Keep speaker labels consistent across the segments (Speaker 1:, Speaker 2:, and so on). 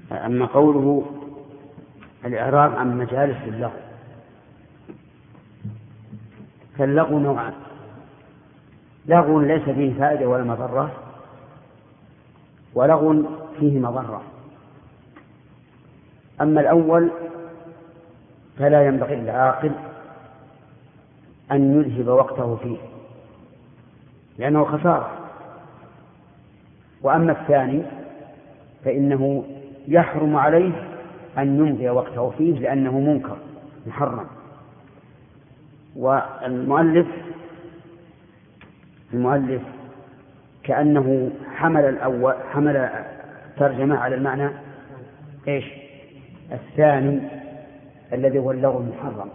Speaker 1: أما قوله الإعراض عن مجالس اللغو، فاللغو نوعان: لغو ليس فيه فائدة ولا مضرة، ولغو فيه مضرة. أما الأول فلا ينبغي للعاقل أن يذهب وقته فيه لأنه خسارة. وأما الثاني فإنه يحرم عليه أن يمضي وقته فيه لأنه منكر محرم. والمؤلف كأنه حمل ترجمة على المعنى إيش؟ الثاني الذي هو اللغو المحرم.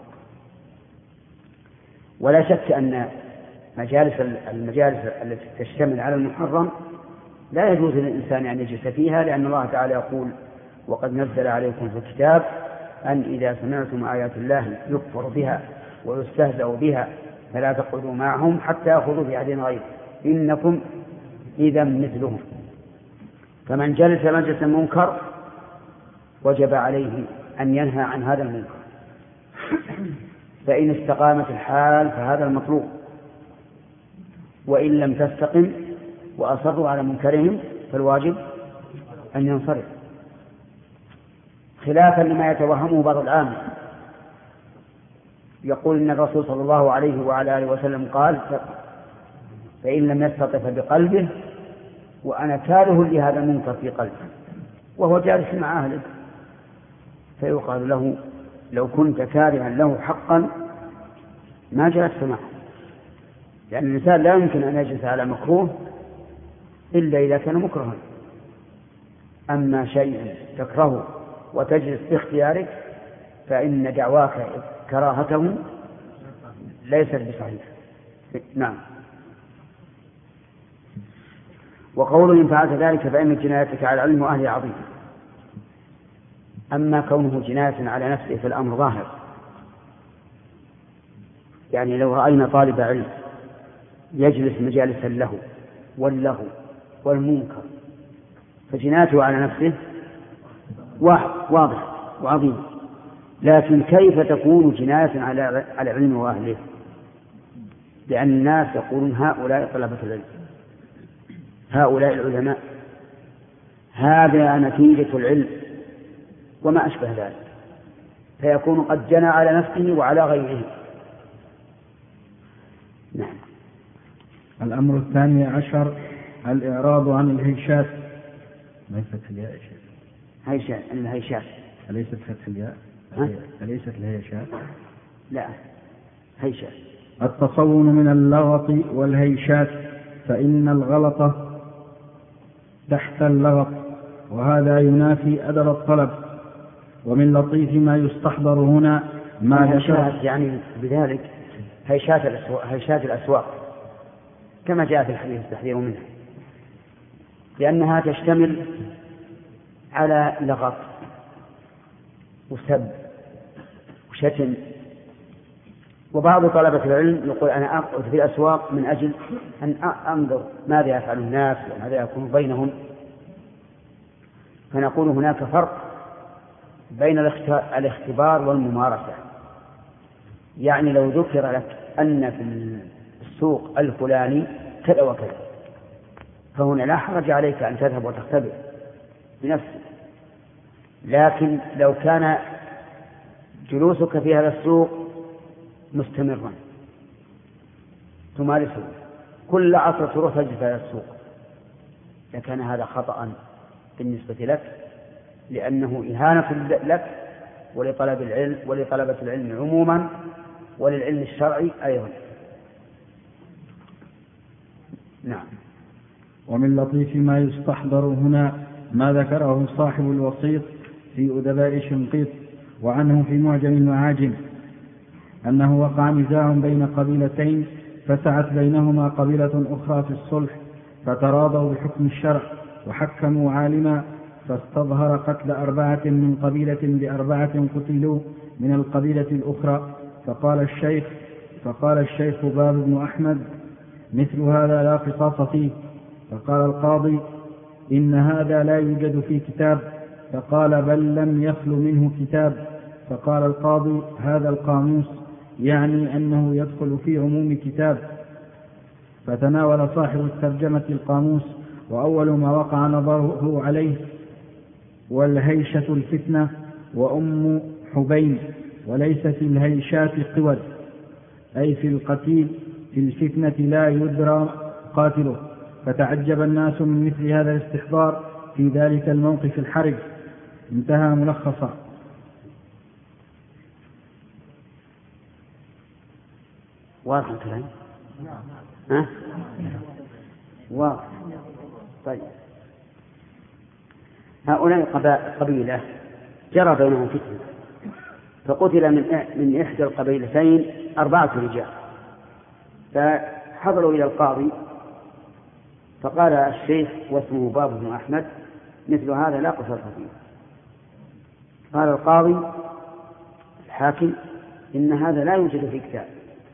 Speaker 1: ولا شك أن المجالس التي تشتمل على المحرم لا يجوز للإنسان أن يجلس فيها، لأن الله تعالى يقول: وقد نزل عليكم في الكتاب أن إذا سمعتم آيات الله يكفر بها ويستهزأ بها فلا تقعدوا معهم حتى يأخذوا بعهد غيره إنكم إذا مثلهم. فمن جلس مجلس المنكر وجب عليه أن ينهى عن هذا المنكر، فإن استقامت الحال فهذا المطلوب، وإن لم تستقم وأصروا على منكرهم فالواجب أن ينصرف، خلافا لما يتوهمه بعض العامة. يقول إن الرسول صلى الله عليه وعلى آله وسلم قال: فإن لم يستطع بقلبه، وأنا كاره لهذا المنكر في قلبه وهو جالس مع أهله. فيقال له: لو كنت كارها له حقا ما جلست معه، لأن الإنسان لا يمكن أن يجلس على مكروه إلا إذا كان مكرها. أما شيء تكرهه وتجلس باختيارك فإن دعواك كراهته ليست بصحيحة. نعم. وقوله: إن فعلت ذلك فإن جنايتك على العلم وأهله عظيمة. أما كونه جناية على نفسه فالأمر ظاهر، يعني لو رأينا طالب علم يجلس مجالس اللهو واللغو والمنكر فجنايته على نفسه واضح وعظيم، لكن كيف تكون جناية على العلم وأهله؟ لأن الناس يقولون: هؤلاء طلبة العلم، هؤلاء العلماء، هذا نتيجة العلم وما أشبه ذلك، فيكون قد جنى على نفسه وعلى غيره. نعم.
Speaker 2: الأمر الثاني عشر: الإعراض عن الهيشات. ليست الياء
Speaker 1: الهيشات
Speaker 2: أليست فتح الياء؟ أليست الهيشات؟
Speaker 1: لا، هيشات.
Speaker 2: التصون من اللغط والهيشات، فإن الغلط تحت اللغط، وهذا ينافي أدب الطلب. ومن لطيف ما يستحضر هنا ما
Speaker 1: هيشات، يعني بذلك هيشات الأسواق كما جاء في الحديث التحذير منها، لأنها تشتمل على لغط وسب وشتم. وبعض طلبة العلم يقول: أنا أقعد في الأسواق من أجل أن أنظر ماذا يفعل الناس وماذا يكون بينهم. فنقول هناك فرق بين الاختبار والممارسة. يعني لو ذكر لك أن في السوق الفلاني كذا وكذا فهنا لا حرج عليك أن تذهب وتختبر بنفسك، لكن لو كان جلوسك في هذا السوق مستمرا تمارسه كل عصر تروح تجلس في هذا السوق لكان هذا خطأ بالنسبة لك، لأنه إهانة لك ولطلبة العلم عموما وللعلم الشرعي أيضا. نعم.
Speaker 2: ومن لطيف ما يستحضر هنا ما ذكره صاحب الوسيط في أدباء شنقيط وعنه في معجم المعاجم، أنه وقع نزاع بين قبيلتين فسعت بينهما قبيلة أخرى في الصلح، فتراضوا بحكم الشرع وحكموا عالما، فاستظهر قتل 4 من قبيلة ب4 قتلوا من القبيلة الأخرى. فقال الشيخ باب بن أحمد: مثل هذا لا قصاص فيه. فقال القاضي: إن هذا لا يوجد في كتاب، فقال بل لم يخل منه كتاب. فقال القاضي هذا القاموس يعني أنه يدخل في عموم كتاب. فتناول صاحب الترجمة القاموس، وأول ما وقع نظره عليه والهيشة الفتنة وأم حبين، وليس في الهيشات قود، أي في القتيل في الفتنة لا يدرى قاتله. فتعجب الناس من مثل هذا الاستحضار في ذلك الموقف الحرج. انتهى ملخصا.
Speaker 1: واضح الكلام؟ ها؟ واضح. طيب، هؤلاء قبيلة جرى بينهم فتنة، فقتل من إحدى القبيلتين 4 رجال، فحضروا إلى القاضي، فقال الشيخ واسمه باب بن أحمد مثل هذا لا قصاص فيه. قال القاضي الحاكم إن هذا لا يوجد في كتاب،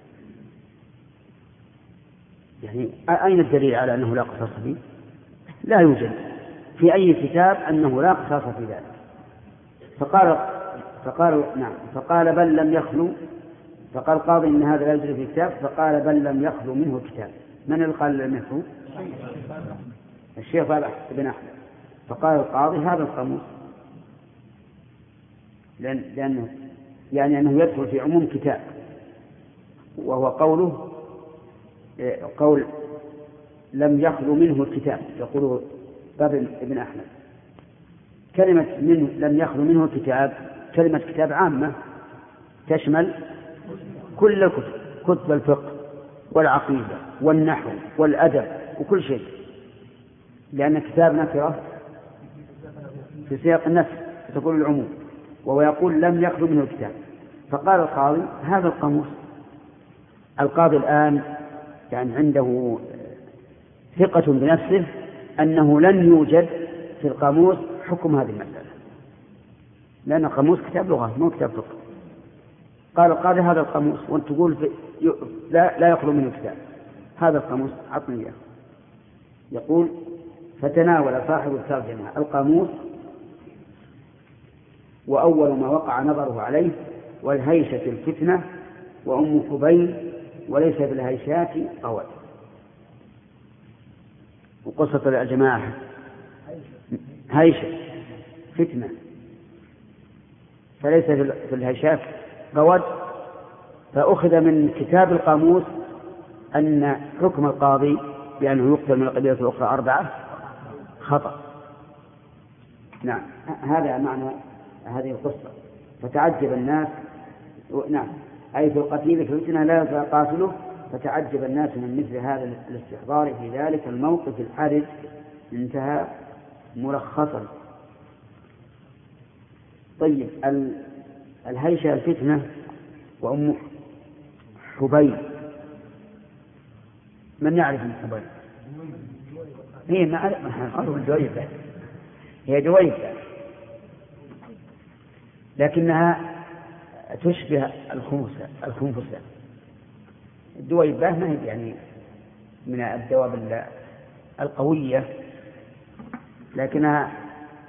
Speaker 1: يعني أين الدليل على أنه لا قصاص فيه؟ لا يوجد في أي كتاب أنه لا قصاص في ذلك. فقال بل لم يخلو. فقال القاضي إن هذا لا يوجد في كتاب، فقال بل لم يخلو منه كتاب. من اللي قال لم يخلو؟ الشيخ بن أحمد. فقال القاضي هذا القاموس، لأنه يعني أنه يدخل في عموم كتاب، وهو قول لم يخلو منه الكتاب، يقول باب ابن أحمد. كلمة لم يخلو منه الكتاب كلمة كتاب عامة تشمل كل الكتب، كتب الفقه والعقيدة والنحو والأدب وكل شيء، لأن كتاب نكرة في سياق النفس تقول العموم، وهو يقول لم يخلو منه الكتاب. فقال القاضي هذا القاموس. القاضي الآن يعني عنده ثقة بنفسه أنه لن يوجد في القاموس حكم هذه المسألة، لأن القاموس كتاب لغة مو كتاب فقه. قال القاضي هذا القاموس، وأنت تقول لا يخلو منه كتاب. هذا القاموس عطني إياه. يقول فتناول صاحب الترجمة القاموس، وأول ما وقع نظره عليه والهيشة الفتنة وأم حبين، وليس بالهيشات قواد. وقصة يا جماعة هيشة فتنة، فليس في الهيشات قواد. فأخذ من كتاب القاموس أن حكم القاضي بأنه يقتل من القبيلة الأخرى 4 خطأ. نعم، هذا معنى هذه القصة. فتعجب الناس، نعم، أي في القتيل في الفتنة لا يدرى قاتله. فتعجب الناس من مثل هذا الاستحضار في ذلك الموقف الحرج. انتهى ملخصا. طيب، الهيشة الفتنة وأم حبين، من يعرف أم حبين؟ هي معروف دويبة، هي دويبة، لكنها تشبه الخنفسة. الدويبة ما هي يعني من الدواب القوية، لكنها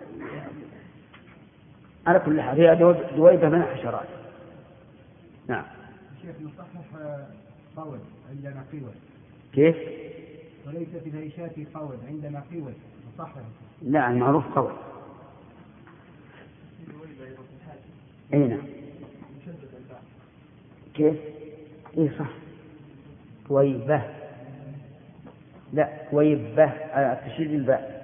Speaker 1: على كل حال هي دويبة من الحشرات. نعم.
Speaker 3: شيخ نصحح قول عندنا قوة.
Speaker 1: كيف؟
Speaker 3: وليس في الهيشات قول عندنا قوة نصحح.
Speaker 1: لا، المعروف قول. اي نعم. كيف؟ اي صح، كويبة. لا، كويبة تشيل الباء.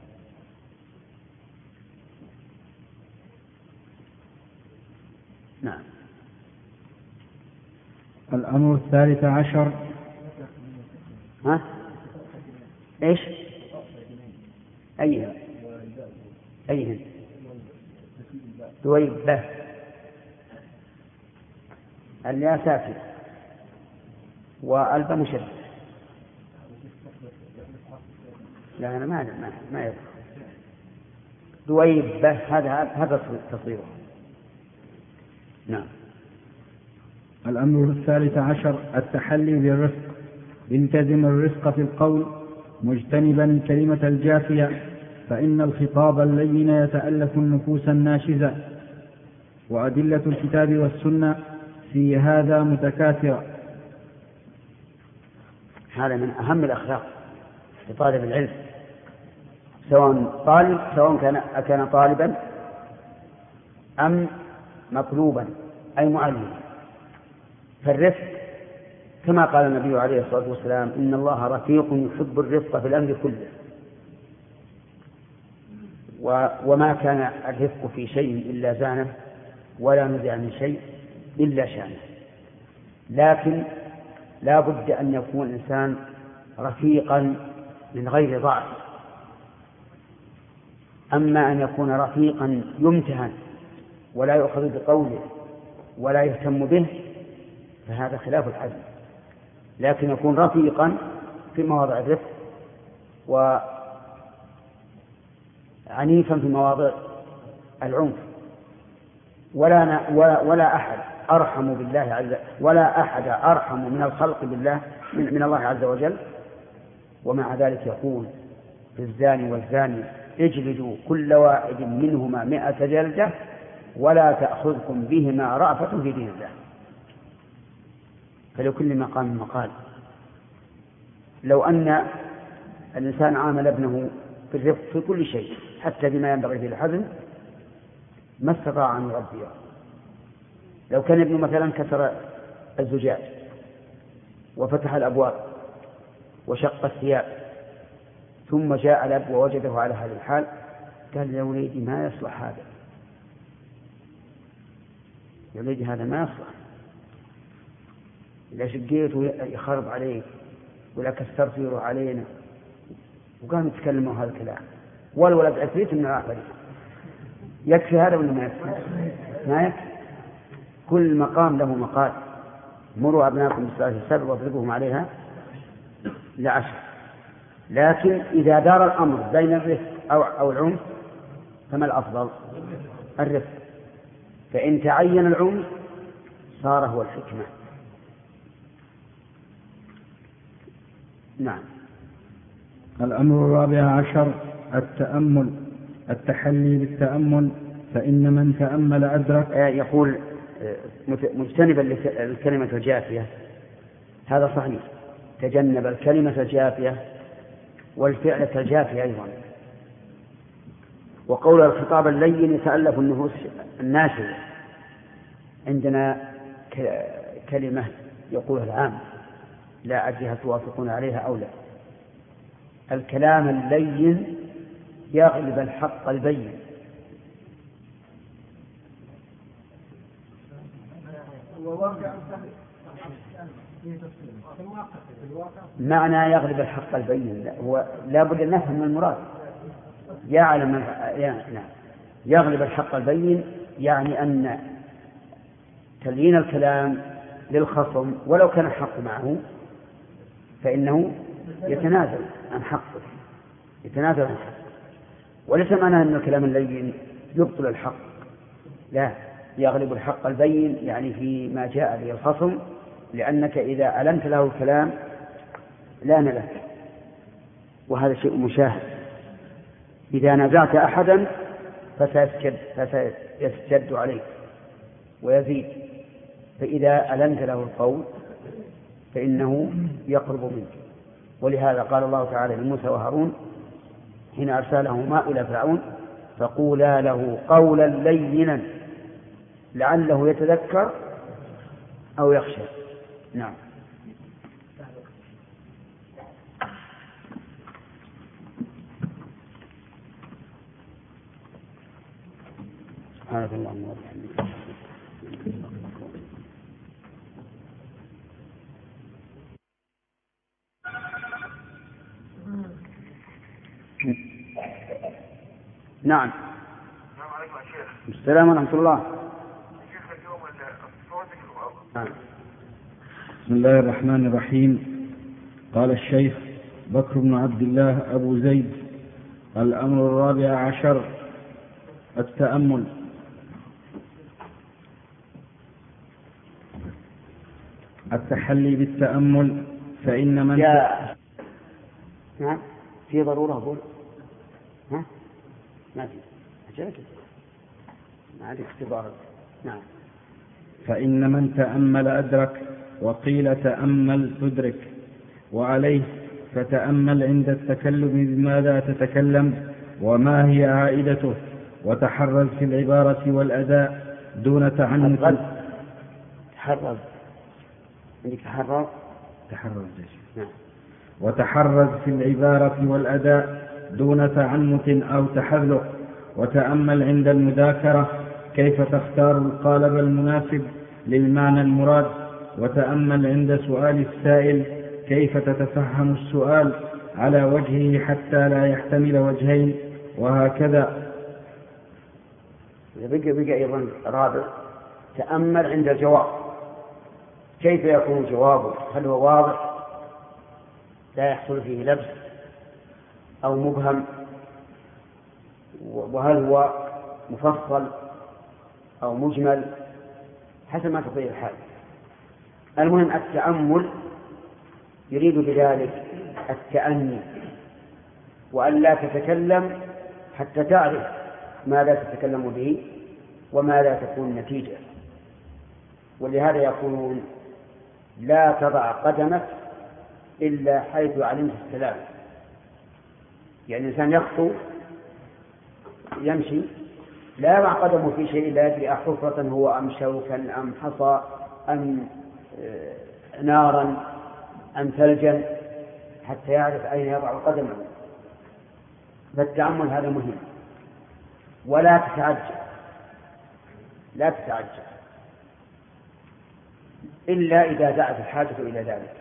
Speaker 1: نعم.
Speaker 2: الأمر 13.
Speaker 1: ها؟ ايش؟ أيهن؟ دويبة الياء ساكنة والباء مشدد. لا، أنا ما يدخل. دويبة هذا تصويره. نعم.
Speaker 2: الأمر 13. التحلي بالرفق. التزم الرفق في القول مجتنبا الكلمة الجافية، فإن الخطاب اللين يتألف النفوس الناشزة، وأدلة الكتاب والسنة في هذا متكاثرة.
Speaker 1: هذا من أهم الأخلاق لطالب العلم، سواء كان طالبا أم مطلوبا أي معلما. فالرفق كما قال النبي عليه الصلاة والسلام: إن الله رفيق يحب الرفق في الأمر كله. وما كان الرفق في شيء إلا زانه، ولا نزع من شيء إلا شانه. لكن لا بد أن يكون الإنسان رفيقا من غير ضعف. أما أن يكون رفيقا يمتهن ولا يؤخذ بقوله ولا يهتم به فهذا خلاف الحزم. لكن يكون رفيقا في مواضع الرفق وعنيفا في مواضع العنف. ولا أحد أرحم بالله ولا أحد أرحم من الخلق بالله من الله عز وجل. ومع ذلك يقول في الزاني والزاني: اجلدوا كل واحد منهما 100 جلدة ولا تأخذكم بهما رأفة في دين الله. فلكل مقام مقال. لو أن الإنسان عامل ابنه بالرفق في كل شيء حتى بما ينبغي في الحزم ما استطاع أن يربيه. لو كان ابنه مثلا كسر الزجاج وفتح الأبواب وشق الثياب ثم جاء الأب ووجده على هذه الحال قال: يا وليدي ما يصلح هذا، يا وليدي هذا ما يصلح، إذا شقيته يخرب عليك ولا كسرت يروح علينا. وقام يتكلموا هذا الكلام والولد عفريت من العفريت. يكفي هذا ولا ما يكفي؟ ما يكفي. كل مقام له مقال. مروا أبناءكم بالصلاة 7 واضربوهم عليها ل10. لكن إذا دار الأمر بين الرفق أو العنف فما الأفضل؟ الرفق. فإن تعين العنف صار هو الحكمة. نعم.
Speaker 2: الأمر 14: التحلي بالتأمل، فإن من تأمل أدرك.
Speaker 1: يقول مجتنبا الكلمة الجافية، هذا صحيح، تجنب الكلمة الجافية والفعل الجافية أيضا. وقول الخطاب اللين يتألف النفوس الناشزة، عندنا كلمة يقولها العام لا أدري هل توافقون عليها أو لا. الكلام اللين يغلب الحق البين. معنى يغلب الحق البين هو لا بد أن نفهم المراد. يغلب الحق البين يعني أن تلين الكلام للخصم ولو كان الحق معه فإنه يتنازل عن حقه، وليس معنى أن الكلام اللين يبطل الحق، لا، يغلب الحق البين يعني فيما جاء به الخصم، لأنك إذا ألنت له الكلام لان لك، وهذا شيء مشاهد. إذا نزعت أحدا فسيشتد عليك ويزيد، فإذا ألنت له القول فإنه يقرب منك. ولهذا قال الله تعالى لموسى وهارون حين أرسلهما إلى فرعون: فقولا له قولا لينا لعله يتذكر أو يخشى. نعم. سبحانك اللهم وبحمدك. نعم. السلام ورحمة الله.
Speaker 2: بسم الله الرحمن الرحيم. قال الشيخ بكر بن عبد الله أبو زيد: الأمر 14: التأمل. التحلي بالتأمل، فإن من
Speaker 1: نعم في ضرورة أقول ما في ما عندك اختبار. نعم.
Speaker 2: فإن من تأمل أدرك، وقيل تأمل تدرك، وعليه فتأمل عند التكلم بماذا تتكلم وما هي عائدته، وتحرز في العبارة والأداء دون تعنت.
Speaker 1: تحرز عندك
Speaker 2: تحرز.
Speaker 1: نعم.
Speaker 2: وتحرز في العبارة والأداء دون تعنت أو تحذق، وتأمل عند المذاكرة كيف تختار القالب المناسب للمعنى المراد، وتأمل عند سؤال السائل كيف تتفهم السؤال على وجهه حتى لا يحتمل وجهين، وهكذا.
Speaker 1: بقي أيضا رابع، تأمل عند الجواب كيف يكون جوابه، هل هو واضح لا يحصل فيه لبس أو مبهم، وهل هو مفصل أو مجمل، حسب ما تقضيه الحال. المهم التأمل يريد بذلك التأني، وأن لا تتكلم حتى تعرف ماذا تتكلم به وماذا تكون النتيجة. ولهذا يقولون لا تضع قدمك إلا حيث علمت السلام. يعني الإنسان يخطو يمشي لا يضع قدمه في شيء لا يدري أحفرة هو أم شوكا أم حصى أم نارا أم ثلجا حتى يعرف أين يضع قدمه. فالتأمل هذا مهم. ولا تتعجل، لا تتعجل إلا إذا دعت الحاجة إلى ذلك.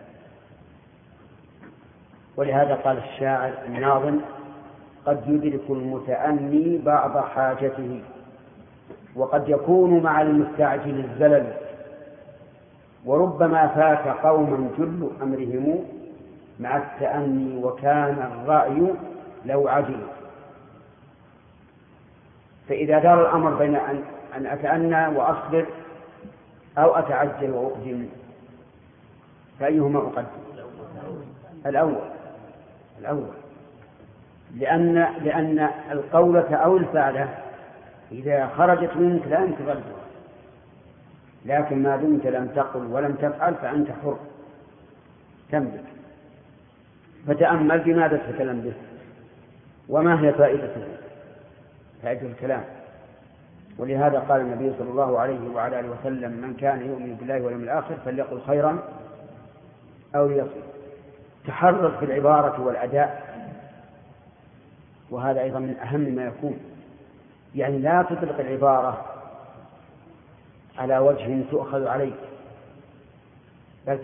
Speaker 1: ولهذا قال الشاعر الناظم قد يدرك المتأني بعض حاجته، وقد يكون مع المستعجل الزلل، وربما فات قوما جل أمرهم مع التأني وكان الرأي لو عجل. فإذا دار الأمر بين أن أتأنى وأصبر أو أتعجل وأقدم فأيهما أقدم؟ الأول لأن القولة أو الفعلة إذا خرجت منك لا أنت غلبها، لكن ما دمت لم تقل ولم تفعل فأنت حر تملك. فتأمل بماذا تتكلم به وما هي فائدته، فائدة الكلام. ولهذا قال النبي صلى الله عليه وعلى آله وسلم من كان يؤمن بالله واليوم الآخر فليقل خيرا أو ليصمت. تحرر في العبارة والأداء، وهذا أيضا من أهم ما يكون. يعني لا تطلق العبارة على وجه تؤخذ عليك، بل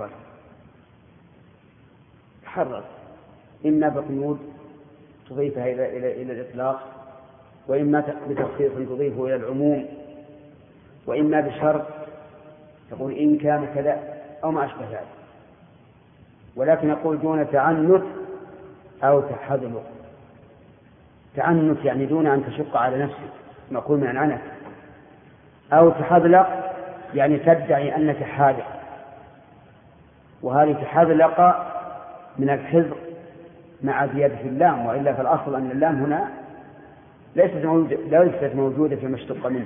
Speaker 1: تحرر إما بقيود تضيفها إلى الإطلاق، وإما بتخصيص تضيفه إلى العموم، وإما بشرط تقول إن كان كذا أو ما أشبه ذلك. ولكن يقول دون تعنت أو تحذلق. تعنت يعني دون أن تشق على نفسك، نقول من عنك. أو تحذلق يعني تدعي أنك حاذق، وهذه تحذلق من الحذق مع زيادة اللام، وإلا في الأصل أن اللام هنا ليست موجودة فيما اشتق منه.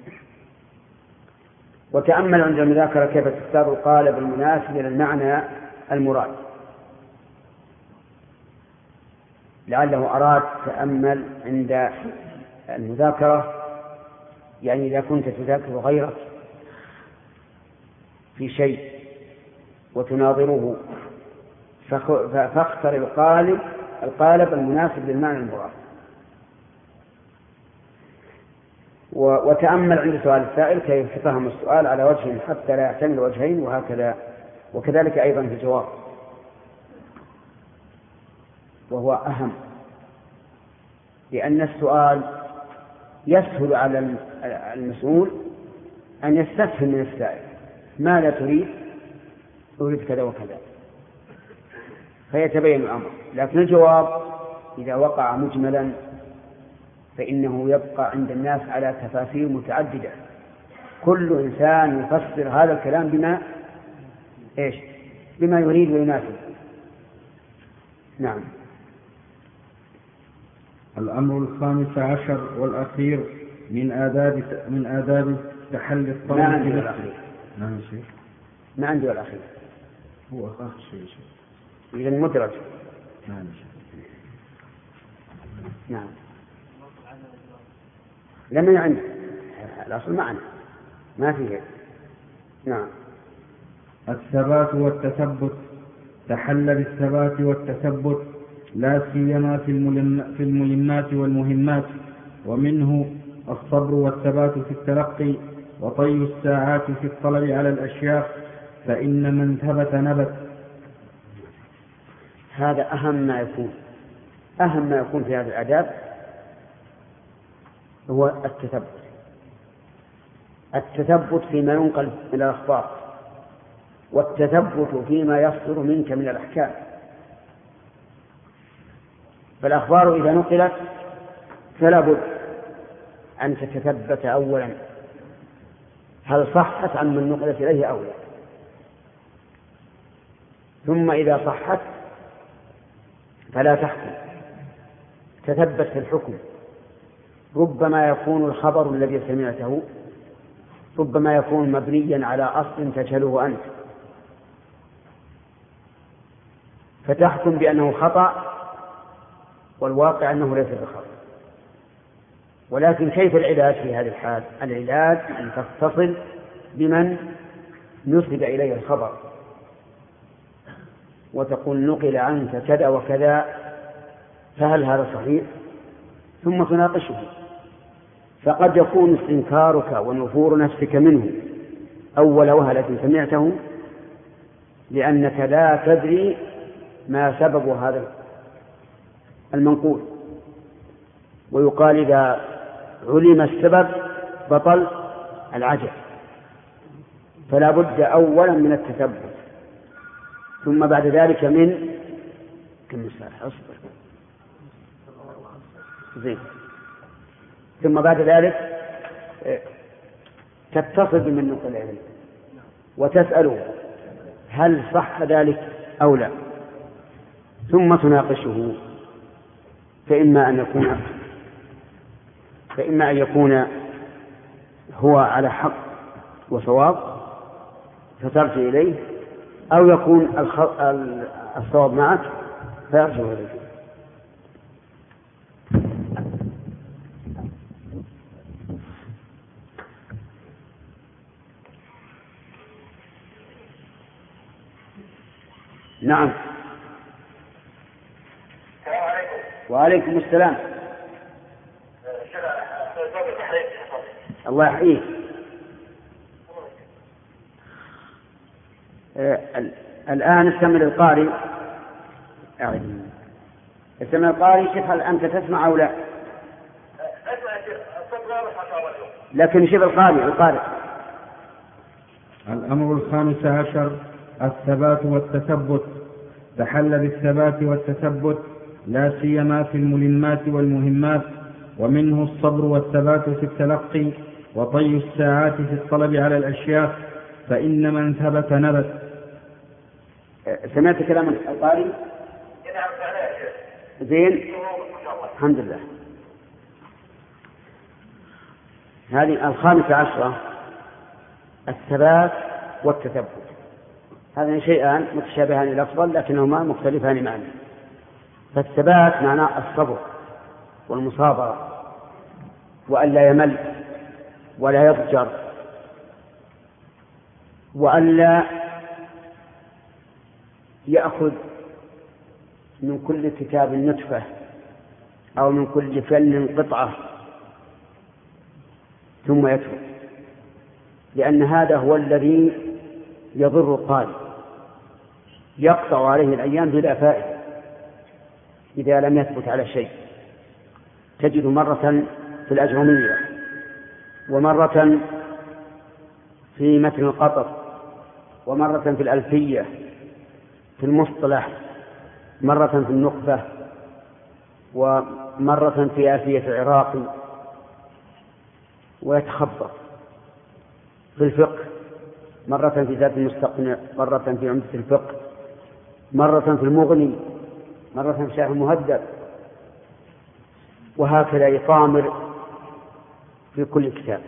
Speaker 1: وتأمل عند المذاكرة كيف تختار القالب المناسب إلى المعنى المراد. لعله أراد تأمل عند المذاكرة، يعني إذا كنت تذاكر غيرك في شيء وتناظره فاختر القالب المناسب للمعنى المراد. وتأمل عند سؤال السائل كيف يفهم السؤال على وجه حتى لا يحتمل وجهين، وكذلك أيضا في الجواب، وهو أهم، لأن السؤال يسهل على المسؤول أن يستفهم من السائل ماذا تريد؟ أريد كذا وكذا، فيتبين الأمر. لكن الجواب إذا وقع مجملا فإنه يبقى عند الناس على تفاسير متعددة، كل إنسان يفسر هذا الكلام بما يريد ويناسب. نعم.
Speaker 2: الأمر الخامس عشر والأخير من آداب تحلي الطلب.
Speaker 1: ما عندي والأخير.
Speaker 2: نعم شيخ.
Speaker 1: ما عندي والأخير.
Speaker 2: هو آخر شيء.
Speaker 1: إذا مدرج.
Speaker 2: نعم شيخ.
Speaker 1: نعم. لم عندي. الأصل معنا. ما فيه. نعم.
Speaker 2: الثبات والتثبت. تحل بالثبات والتثبت لا سيما في الملمات والمهمات، ومنه الصبر والثبات في التلقي، وطي الساعات في الطلب على الأشياء، فإن من ثبت نبت.
Speaker 1: هذا أهم ما يكون في هذه الآداب هو التثبت فيما ينقل من الأخبار، والتثبت فيما يصدر منك من الأحكام. فالأخبار إذا نقلت فلا بد أن تتثبت أولا هل صحت عن من نقلت إليه أو لا، ثم إذا صحت فلا تحكم، تثبت في الحكم. ربما يكون الخبر الذي سمعته ربما يكون مبنيا على أصل تجهله أنت، فتحكم بأنه خطأ والواقع أنه ليس بخطأ. ولكن كيف العلاج في هذه الحال؟ العلاج أن تتصل بمن نسب إليه الخبر وتقول نقل عنك كذا وكذا، فهل هذا صحيح؟ ثم تناقشه. فقد يكون استنكارك ونفور نفسك منه أول وهلة سمعته لأنك لا تدري ما سبب هذا المنقول، ويقال إذا علم السبب بطل العجب. فلا بد أولا من التثبت، ثم بعد ذلك من ثم بعد ذلك تتصل بمن نقل إليه وتسأله هل صح ذلك أو لا، ثم تناقشه. فإما أن يكون هو على حق وصواب فترجع إليه، أو يكون الصواب معك فيرجع إليه. نعم. وعليكم السلام. الله يحييك. الآن استمع القارئ. شوف هل أنت تسمع أو لا. لكن شوف القارئ.
Speaker 2: الأمر الخامس عشر الثبات والتثبت. تحل بالثبات والتثبت لا سيما في الملمات والمهمات، ومنه الصبر والثبات في التلقي، وطي الساعات في الطلب على الأشياء، فإن من ثبت نبت.
Speaker 1: سمعت كلام القارئ؟ زين، الحمد لله. هذه الخامسة عشرة الثبات والتثبت. هذين شيئان متشابهان الأفضل لكنهما مختلفان معا. فالثبات معناه الصبر والمصابرة، وأن لا يمل ولا يضجر، وأن لا يأخذ من كل كتاب نتفة أو من كل فن قطعة ثم يترك، لأن هذا هو الذي يضر القارئ، يقطع عليه الأيام بلا فائدة إذا لم يثبت على شيء. تجد مرة في الأجرمية، ومرة في متن القطر، ومرة في الألفية، في المصطلح، مرة في النخبة، ومرة في آفية العراقي، ويتخبط في الفقه، مرة في ذات المستقنع، مرة في عمدة الفقه، مرة في المغني، مرة في شرح المهذب، وهكذا يطامر في كل كتاب،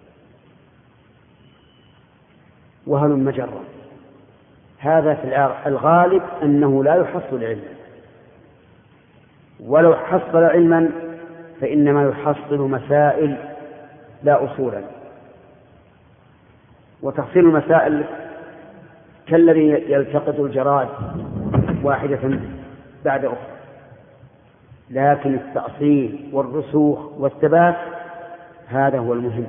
Speaker 1: وهلم جرا. هذا في الغالب أنه لا يحصل علما، ولو حصل علما فإنما يحصل مسائل لا أصولا. وتحصيل المسائل كالذي يلتقط الجراد واحدة بعد أخرى، لكن التأصيل والرسوخ والثبات هذا هو المهم.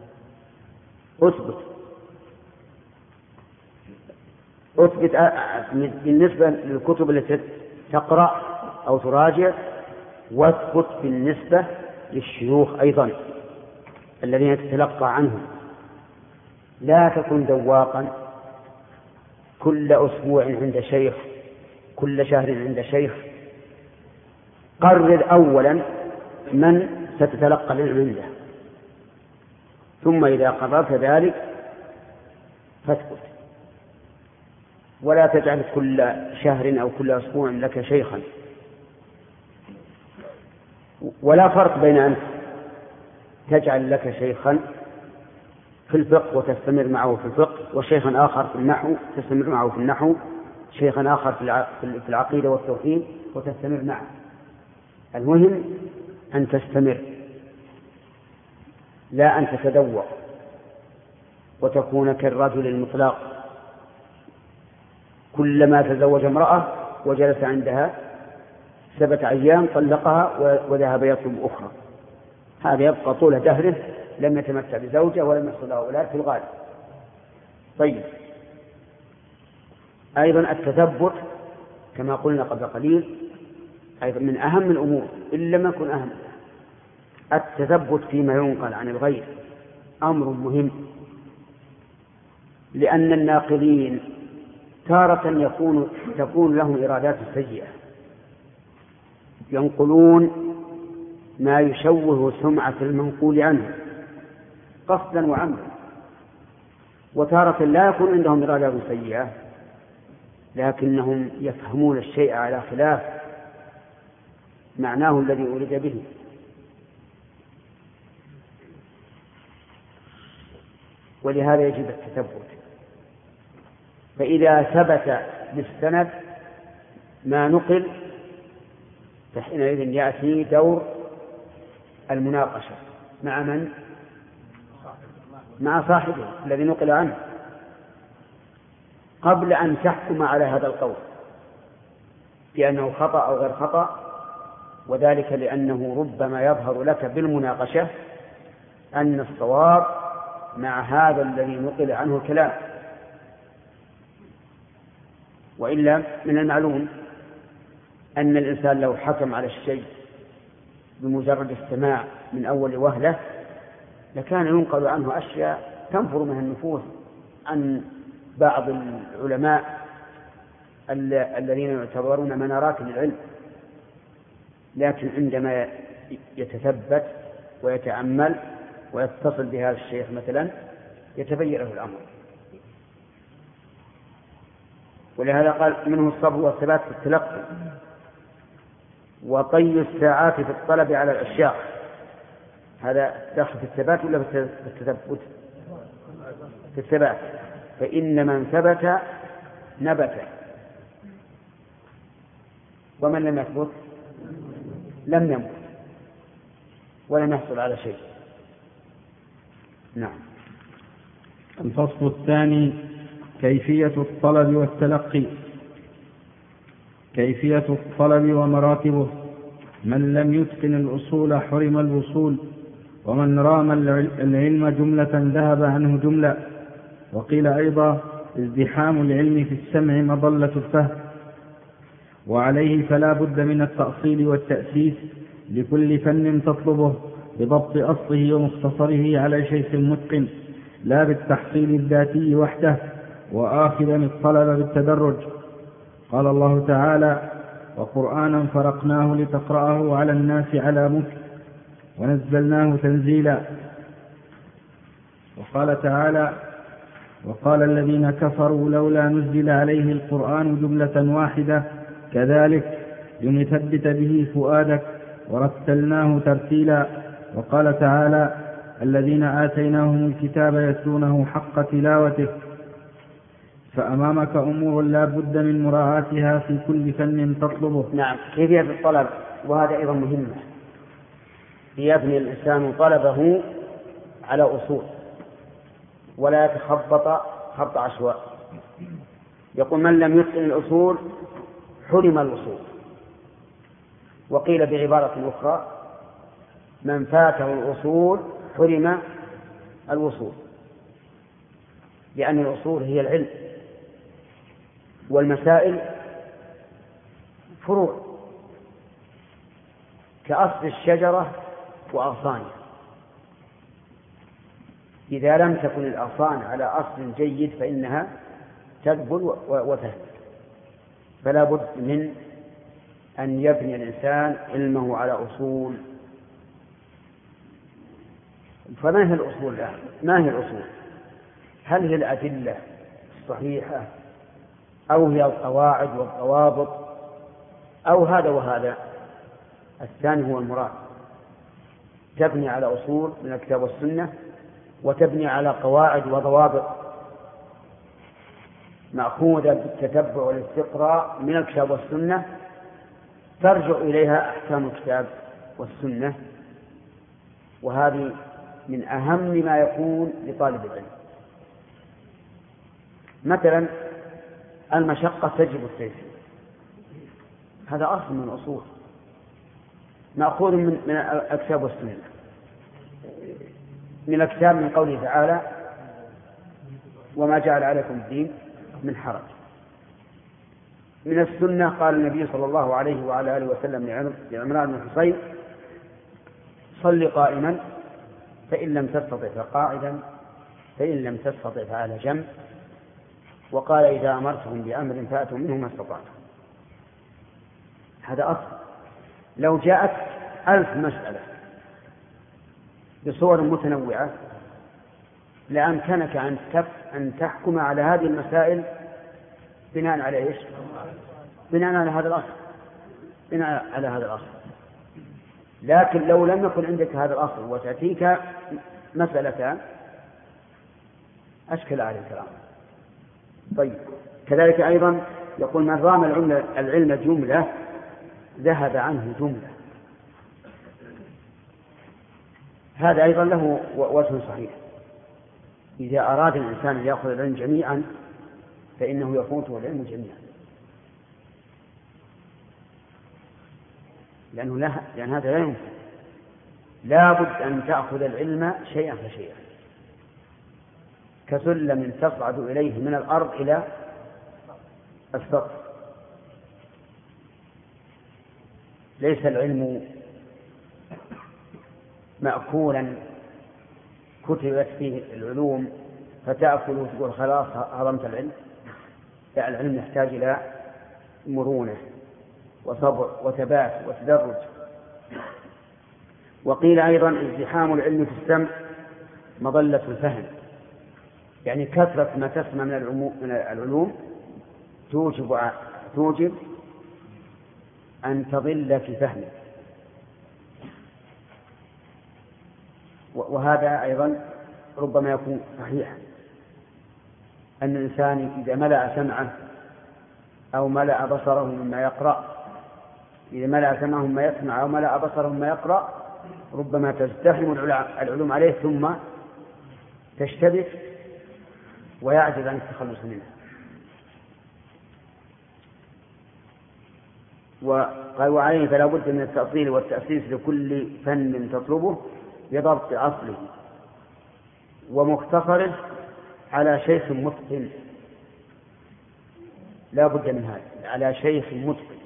Speaker 1: أثبت بالنسبة للكتب التي تقرأ أو تراجع، واثبت بالنسبة للشيوخ أيضا الذين تتلقى عنهم. لا تكن ذواقا كل أسبوع عند شيخ، كل شهر عند شيخ. قرر أولا من ستتلقى العلم عنده، ثم إذا قررت ذلك فاثبت، ولا تجعل كل شهر أو كل أسبوع لك شيخا. ولا فرق بين أن تجعل لك شيخا في الفقه وتستمر معه في الفقه، وشيخا آخر في النحو تستمر معه في النحو، شيخا آخر في العقيدة والتوحيد وتستمر معه. المهم أن تستمر، لا أن تتذوق وتكون كالرجل المطلق، كلما تزوج امرأة وجلس عندها 7 أيام طلقها وذهب يطلب أخرى. هذا يبقى طول دهره لم يتمتع بزوجة ولم يحصل له أولاد في الغالب. طيب، أيضا التثبت كما قلنا قبل قليل أيضا من أهم الأمور، إن لم يكن أهم. التثبت فيما ينقل عن الغير أمر مهم، لأن الناقلين تارة تكون لهم إرادات سيئة، ينقلون ما يشوه سمعة المنقول عنه قصدا وعمدا، وتارة لا يكون عندهم إرادات سيئة لكنهم يفهمون الشيء على خلاف معناه الذي أريد به. ولهذا يجب التثبت. فإذا ثبت بالسند ما نقل فحينئذ يأتي دور المناقشة مع من؟ مع صاحبه الذي نقل عنه، قبل أن تحكم على هذا القول بأنه خطأ أو غير خطأ. وذلك لأنه ربما يظهر لك بالمناقشة أن الصواب مع هذا الذي نقل عنه الكلام. وإلا من المعلوم أن الإنسان لو حكم على الشيء بمجرد السماع من أول وهلة لكان ينقل عنه أشياء تنفر منها النفوس عن بعض العلماء الذين يعتبرون منارات للعلم. لكن عندما يتثبت ويتأمل ويتصل بهذا الشيخ مثلا يتبين له الأمر. ولهذا قال منه الصبر والثبات في التلقي، وطي الساعات في الطلب على الأشياء. هذا داخل في الثبات ولا في التثبت؟ في الثبات. فإن من ثبت نبت، ومن لم يثبت لم يمت ولم يحصل على شيء. نعم.
Speaker 2: الفصل الثاني: كيفية الطلب والتلقي. كيفية الطلب ومراتبه: من لم يتقن الأصول حرم الوصول، ومن رام العلم جملة ذهب عنه جملة. وقيل أيضا: ازدحام العلم في السمع مظلة الفهم. وعليه فلا بد من التأصيل والتأسيس لكل فن تطلبه بضبط أصله ومختصره على شيخ متقن، لا بالتحصيل الذاتي وحده، وآخذا الطلب بالتدرج. قال الله تعالى: وقرآنا فرقناه لتقرأه على الناس على مكث ونزلناه تنزيلا. وقال تعالى: وقال الذين كفروا لولا نزل عليه القرآن جملة واحدة كذلك لنثبت به فؤادك ورتلناه ترتيلا. وقال تعالى: الذين آتيناهم الكتاب يتلونه حق تلاوته. فأمامك أمور لا بد من مراعاتها في كل فن تطلبه.
Speaker 1: نعم، كيفية الطلب، وهذا أيضا مهمة. ليبني الإنسان طلبه على أصول ولا يتخبط خبط عشواء. يقول: من لم يتقن الأصول حرم الوصول. وقيل بعبارة أخرى: من فاته الأصول حرم الوصول، لأن الأصول هي العلم، والمسائل فروع كأصل الشجرة وأغصانها. إذا لم تكن الأغصان على أصل جيد فإنها تذبل وتهلك. فلا بد من أن يبني الإنسان علمه على أصول. فما هي الأصول الآن؟ ما هي الأصول؟ هل هي الأدلة الصحيحة، أو هي القواعد والضوابط، أو هذا وهذا؟ الثاني هو المراد. تبني على أصول من الكتاب والسنة، وتبني على قواعد وضوابط مأخوذة بالتتبع والاستقراء من الكتاب والسنة، ترجع إليها أحكام الكتاب والسنة. وهذه من أهم ما يكون لطالب العلم. مثلا المشقة تجب التيسير، هذا أصل من الأصول مأخوذ من الكتاب والسنة. من الكتاب من قوله تعالى: وما جعل عليكم الدين من حرج. من السنة قال النبي صلى الله عليه وعلى آله وسلم لعمران بن حصين: صل قائما فإن لم تستطع فقاعدا فإن لم تستطع فعلى جنب. وقال: إذا أمرتهم بأمر فأتوا منه ما استطعتم. هذا أصل. لو جاءت 1000 مسألة بصور متنوعة لأمكنك أن تحكم على هذه المسائل بناء على إيش؟ بناء على هذا الأصل، بناء على هذا الأصل. لكن لو لم يكن عندك هذا الأصل وتأتيك مسألتان أشكل على الكلام. طيب، كذلك أيضا يقول: من رام العلم جملة ذهب عنه جملة. هذا أيضا له وجه صحيح. إذا أراد الإنسان أن يأخذ العلم جميعا فإنه يفوته العلم جميعا، لأن هذا لا يمكن. لا بد أن تأخذ العلم شيئا فشيئا، كسلم تصعد إليه من الأرض إلى السقف. ليس العلم مأكولا كتبت فيه العلوم فتأكل وتقول خلاص هضمت العلم. لا، العلم يحتاج إلى مرونة وصبر وثبات وتدرج. وقيل أيضا: ازدحام العلم في السمع مظلة الفهم، يعني كثرة ما تسمع من العلوم توجب أن تضل في فهمك. وهذا أيضا ربما يكون صحيحا، أن الإنسان إذا ملأ سمعه أو ملأ بصره مما يقرأ، إذا ملأ سمعه مما يسمع أو ملأ بصره مما يقرأ، ربما تزدحم العلوم عليه ثم تشتبك ويعجز عن التخلص منها. وقال: وعليه فلا بد من التأصيل والتأسيس لكل فن تطلبه بضبط أصله ومختصره على شيخ متقن. لا بد من هذا، على شيخ متقن،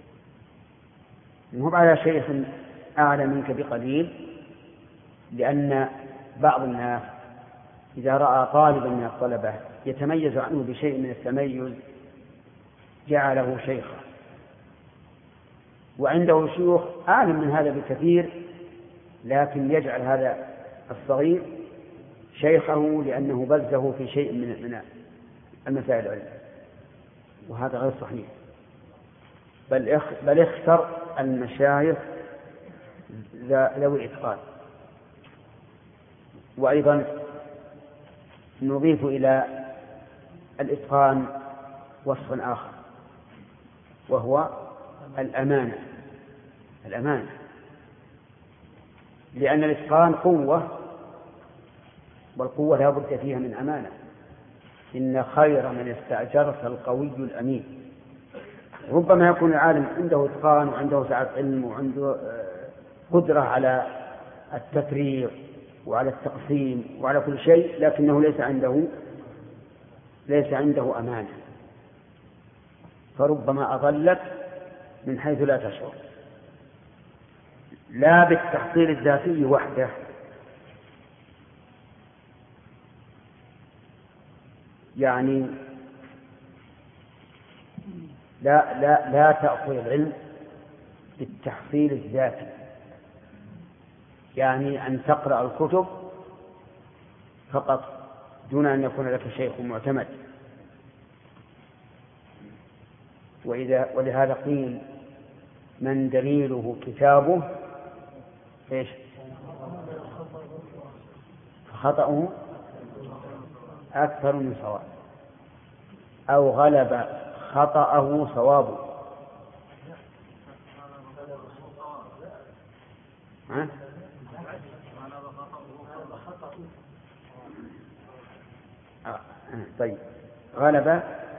Speaker 1: مو على شيخ أعلى منك بقليل. لأن بعض الناس إذا رأى طالبا من الطلبة يتميز عنه بشيء من التميز جعله شيخا، وعنده شيوخ أعلم من هذا بكثير، لكن يجعل هذا الصغير شيخه لأنه بزه في شيء من المسائل العلم، وهذا غير صحيح. بل اختر المشايخ ذوي الإتقان. وأيضا نضيف إلى الإتقان وصفا آخر وهو الأمانة. لأن الإتقان قوة، والقوة لا بد فيها من أمانة. إن خير من استأجرت القوي الأمين. ربما يكون العالم عنده إتقان وعنده سعة علم وعنده قدرة على التفريغ وعلى التقسيم وعلى كل شيء، لكنه ليس عنده أمانة، فربما أضلك من حيث لا تشعر، لا بالتحصيل الذاتي وحده، يعني لا تأخذ العلم بالتحصيل الذاتي، يعني أن تقرأ الكتب فقط دون أن يكون لك شيخ معتمد. ولهذا قيل من دليله كتابه إيش؟ فخطأه أكثر من صواب، أو غلب خطأه صوابه. طيب، غلب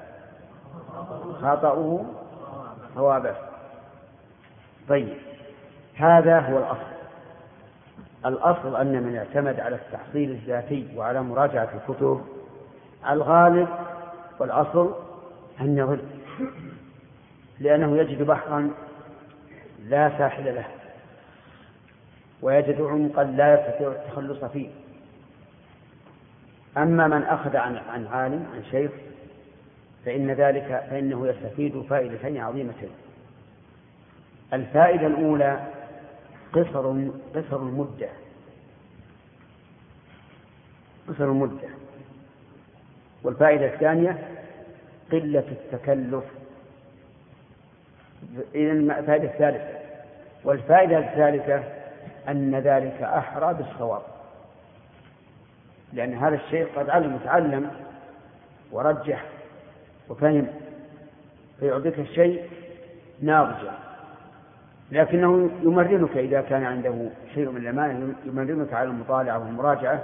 Speaker 1: خطأه صوابه. طيب، هذا هو الأصل أن من اعتمد على التحصيل الذاتي وعلى مراجعة الكتب الغالب والأصل أن يضل، لأنه يجد بحرا لا ساحل له، ويجد عمقا لا يستطيع التخلص فيه. أما من أخذ عن عالم، عن شيخ، فإنه يستفيد فائدتين عظيمتين. الفائدة الأولى قصر المدة، والفائدة الثانية قلة التكلف. إذن الفائدة الثالثة، والفائدة الثالثة أن ذلك أحرى بالصواب، لأن هذا الشيء قد تعلم ورجح وفهم، فيعطيك الشيء ناضجا، لكنه يمرنك إذا كان عنده شيء من الأمانة، يمرنك على المطالعة والمراجعة.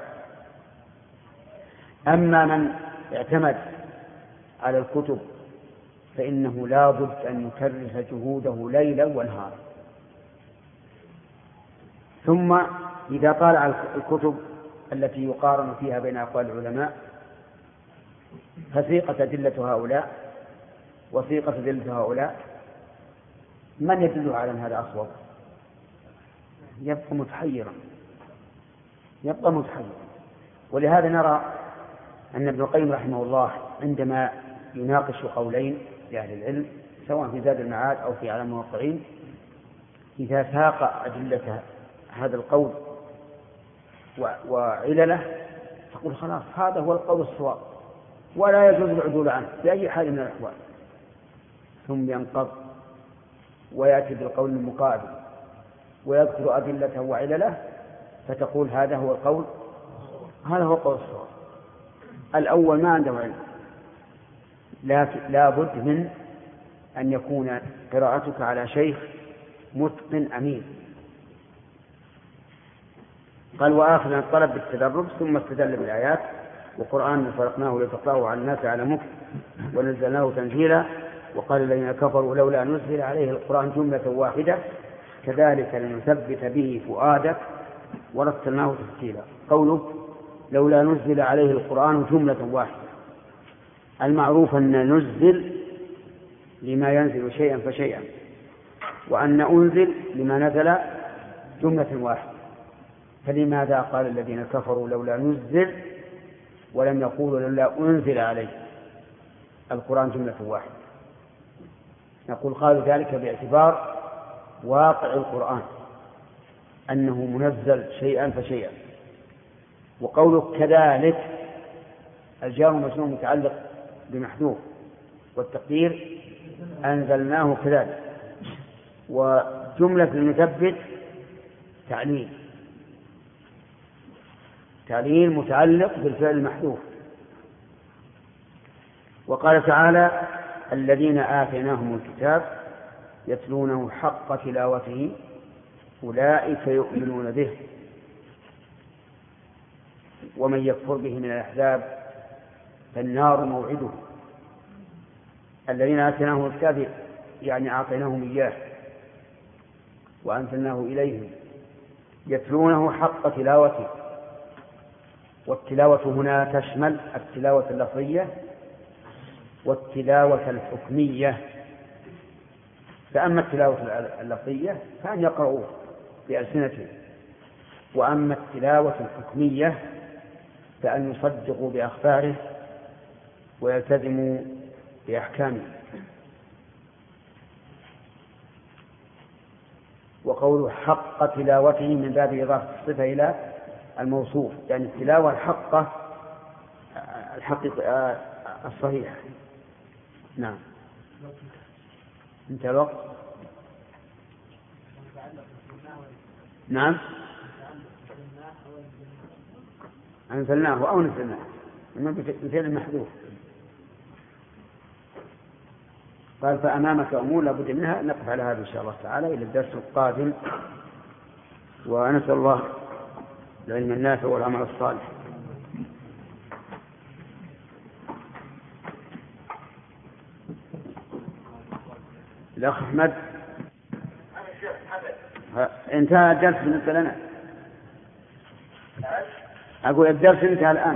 Speaker 1: أما من اعتمد على الكتب فإنه لا بد أن يكرس جهوده ليلا ونهارا. ثم إذا طالع الكتب التي يقارن فيها بين أقوال العلماء فسيقة أدلة هؤلاء وسيقة أدلة هؤلاء، من يدل على أن هذا أصوب؟ يبقى متحيرا. ولهذا نرى أن ابن القيم رحمه الله عندما يناقش قولين لأهل العلم سواء في زاد المعاد أو في أعلام الموقعين، إذا ساق أدلة هذا القول وعلله تقول خلاص هذا هو القول الصواب ولا يجوز العدول عنه بأي حال من الأحوال، ثم ينقض ويأتي بالقول المقابل ويذكر أدلته وعلله، فتقول هذا هو القول الصواب. الأول ما عنده علم، لا بد من أن يكون قراءتك على شيخ متقن أمين. قال وآخر الطلب بالتدرب، ثم استدل بالآيات وقرآن فرقناه لتقرأه على الناس على مكث ونزلناه تنزيلا. وقال الذين كفروا لولا نزل عليه القرآن جملة واحدة كذلك لنثبت به فؤادك ورتلناه ترتيلا. قوله لولا نزل عليه القرآن جملة واحدة، المعروف أن نزل لما ينزل شيئا فشيئا، وأن أنزل لما نزل جملة واحدة. فلماذا قال الذين كفروا لولا نزل ولم يقولوا لولا أنزل عليه القرآن جملة واحدة؟ نقول قالوا ذلك باعتبار واقع القرآن أنه منزل شيئا فشيئا. وقوله كذلك الجار والمجرور متعلق بمحذوف، والتقدير أنزلناه كذلك. وجملة المثبت تعليل متعلق بالفعل المحذوف. وقال تعالى الذين آتيناهم الكتاب يتلونه حق تلاوته أولئك يؤمنون به ومن يكفر به من الأحزاب فالنار موعده. الذين آتيناهم الكتاب يعني أعطيناهم إياه وأنزلناه إليهم يتلونه حق تلاوته. والتلاوة هنا تشمل التلاوة اللفظية والتلاوة الحكمية. فأما التلاوة اللفظية فأن يقرؤوا بألسنتهم، وأما التلاوة الحكمية فأن يصدقوا بأخباره ويلتزموا بأحكامه. وقوله حق تلاوته من باب إضافة الصفة إلى الموصوف، يعني التلاوة الحقة الصحيحة. نعم. انتهى الوقت. نعم أنزلناه أو نزلناه بفعل المحذوف. قال فأمامك أمور لابد منها. نقف على هذا إن شاء الله تعالى إلى الدرس القادم، ونسأل الله العلم النافع والعمل الصالح. الأخ أحمد انتهى الدرس بالنسبة لنا. أقول الدرس انتهى الآن.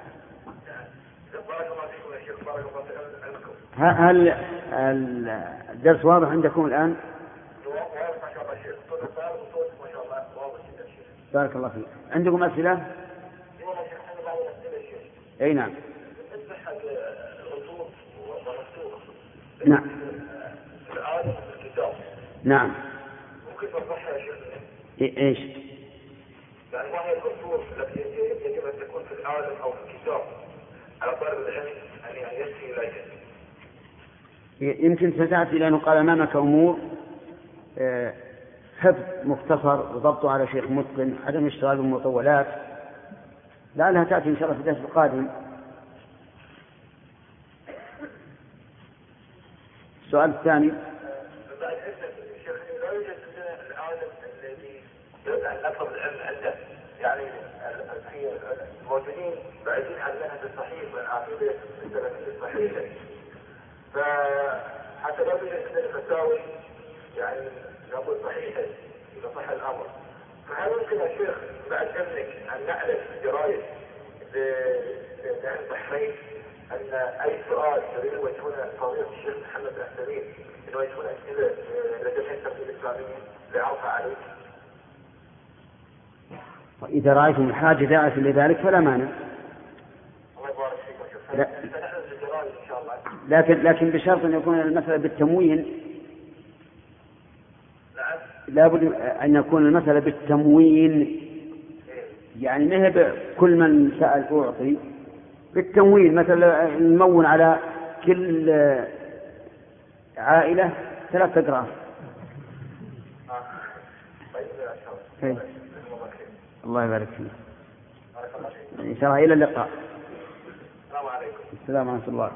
Speaker 1: هل الدرس واضح عندكم الآن؟ بارك الله فيك. عندكم أسئلة؟ أي نعم. نعم. نعم.
Speaker 4: ممكن توضحها يا شيخ؟
Speaker 1: ايش؟
Speaker 4: يعني ما هي الأصول التي يجب أن تكون في العالم أو في الكتاب على طالب العلم أن يسعي إليها؟
Speaker 1: يمكن ستأتي لأنه قال أمامك أمور حفظ مختصر وضبطه على شيخ متقن، عدم اشتغال بالمطولات، لعلها تأتي إن شاء الله في الدرس القادم. السؤال الثاني
Speaker 4: نطلب العلم عنده، يعني في الموجودين بعيدين عن المنهج الصحيح والعقيدة السلفية الصحيحة، فحتى لا يوجد عندنا فتاوي يعني نقول صحيحة إذا صح الأمر. فهل يمكن يا شيخ بعد علمك أن نعرف دراية لعلم البحرين أن أي سؤال يريد وجهنا فضيلة الشيخ محمد العثيمين إنه يكون أسئلة لدى الحكمة الإسلامية لعرضها عليك؟
Speaker 1: إذا رأيتم الحاجة داعية لذلك فلا مانع. لكن بشرط أن يكون المسألة بالتموين. لابد أن يكون المسألة بالتموين، يعني ما هي كل من سأل أعطي. بالتموين مثلا نمون على كل عائلة 3 أقراص. الله يبارك فيك. إن شاء الله إلى اللقاء.
Speaker 4: السلام عليكم.
Speaker 1: السلام ورحمة الله.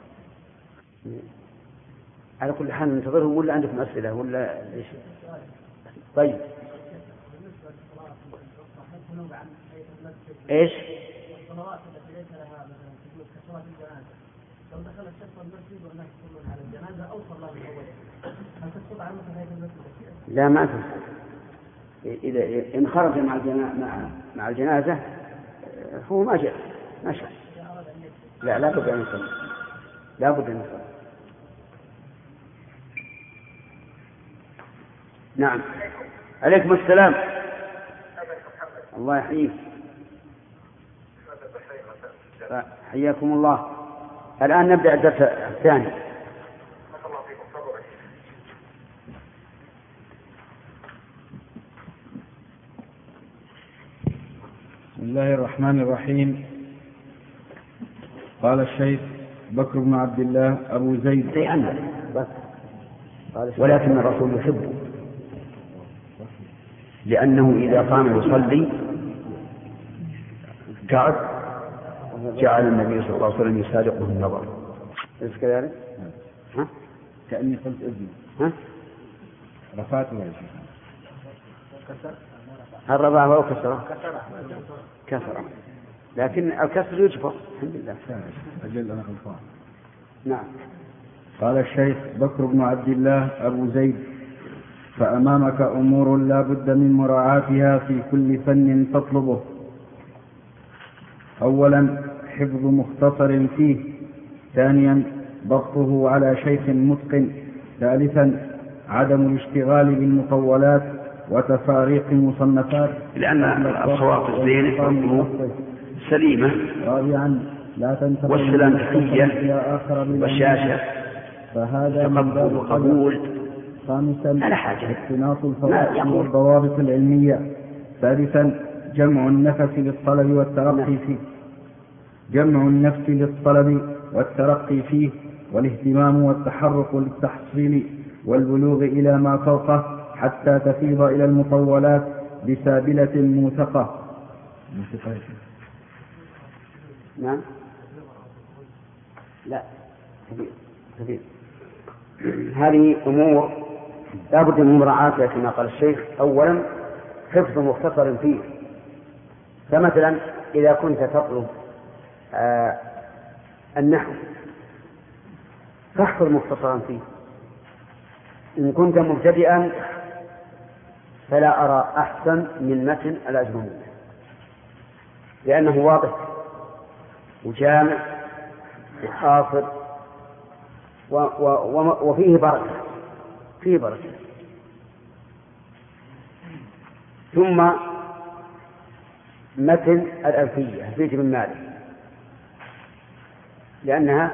Speaker 1: على كل حال ننتظرهم ولا عندكم أسئلة ولا إيش؟ طيب. إيش؟ الصلوات التي ليس لها مثلا تجوز كصلاة الجنازة، لو دخل الشخص المسجد والناس يصلون على الجنازة أو صلى من أول، هل تسقط عن مثل هذه المسجد؟ لا ما تسقط. إذا إن خرج مع الجنازة هو ما جاء ما شاء. لا بد أن يصلي. لا بد أن يصلي. نعم. عليكم السلام. الله يحييك. حياكم الله. الآن نبدأ الدرس الثاني.
Speaker 2: بسم الله الرحمن الرحيم. قال الشيخ بكر بن عبد الله أبو زيد
Speaker 1: ولكن الرسول يحبه. لأنه إذا قام يصلي قعد جعل النبي صلى الله عليه وسلم يسارقه النظر. أليس كذلك؟ ها؟
Speaker 2: كأني قلت ابني.
Speaker 1: ها؟
Speaker 2: رفعته يا شيخ.
Speaker 1: هل رفعه أو كسره؟ كسره. لكن الكسر يجبر. الحمد لله.
Speaker 2: أجل أنا غلطان.
Speaker 1: نعم.
Speaker 2: قال الشيخ بكر بن عبد الله أبو زيد: فأمامك أمور لا بد من مراعاتها في كل فن تطلبه. أولا حفظ مختصر فيه، ثانيا ضبطه على شيخ متقن، ثالثا عدم الاشتغال بالمطولات وتفاريق المصنفات
Speaker 1: لأن الصواب الزين سليمة،
Speaker 2: رابعا لا تنتقل
Speaker 1: والسلامتية
Speaker 2: إلى آخر
Speaker 1: والشاشة
Speaker 2: فهذا من باب
Speaker 1: القبول.
Speaker 2: خامسا
Speaker 1: لا حاجة
Speaker 2: اقتناص الفوائد والضوابط العلمية. ثالثا جمع النفس للطلب والترقي فيه، جمع النفس للطلب والترقي فيه، والاهتمام والتحرك للتحصيل والبلوغ إلى ما فوقه حتى تفيض إلى المطولات بسابلة موثقة.
Speaker 1: نعم. لا كثير. هذه أمور لا بد من مراعاتها كما قال الشيخ. أولا حفظ مختصر فيه، فمثلا إذا كنت تطلب النحو فاحفظ مختصرا فيه. إن كنت مبتدئا فلا أرى أحسن من متن الأجرمية، لأنه واضح وجامع وحاصر وفيه بركة، فيه بركة. ثم متن الألفية ألفية بن مالك، لأنها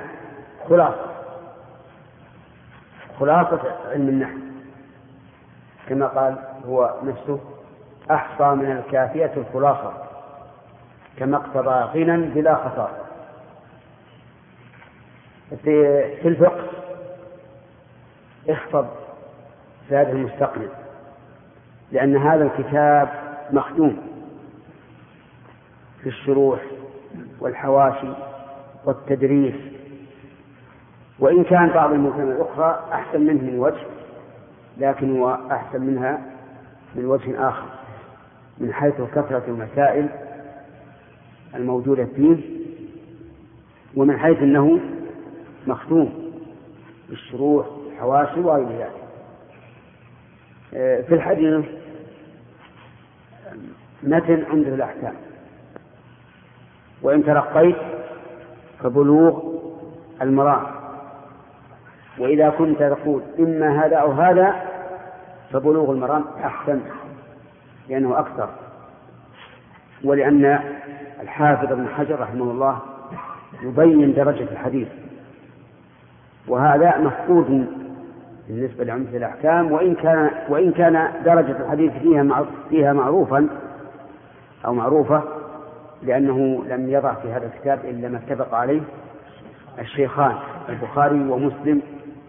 Speaker 1: خلاصة علم النحو، كما قال هو نفسه: أحصى من الكافية الخلاصة كما اقتضى غنى بلا خسارة. في الفقه احفظ زاد المستقنع، لأن هذا الكتاب مخدوم في الشروح والحواشي والتدريس، وإن كان بعض المتون الأخرى أحسن منه من وجه، لكن هو أحسن منها من وجه آخر من حيث كثرة المسائل الموجودة فيه، ومن حيث أنه مختوم بالشروح والحواشي وغير ذلك. في الحديث متن عمدة الأحكام، وإن ترقيت فبلوغ المرام، وإذا كنت تقول إما هذا أو هذا فبلوغ المرام أحسن لأنه أكثر. ولأن الحافظ ابن حجر رحمه الله يبين درجة الحديث، وهذا مفقود بالنسبة لعمدة الأحكام، وإن كان درجة الحديث فيها معروفا أو معروفة، لأنه لم يضع في هذا الكتاب إلا ما اتفق عليه الشيخان البخاري ومسلم.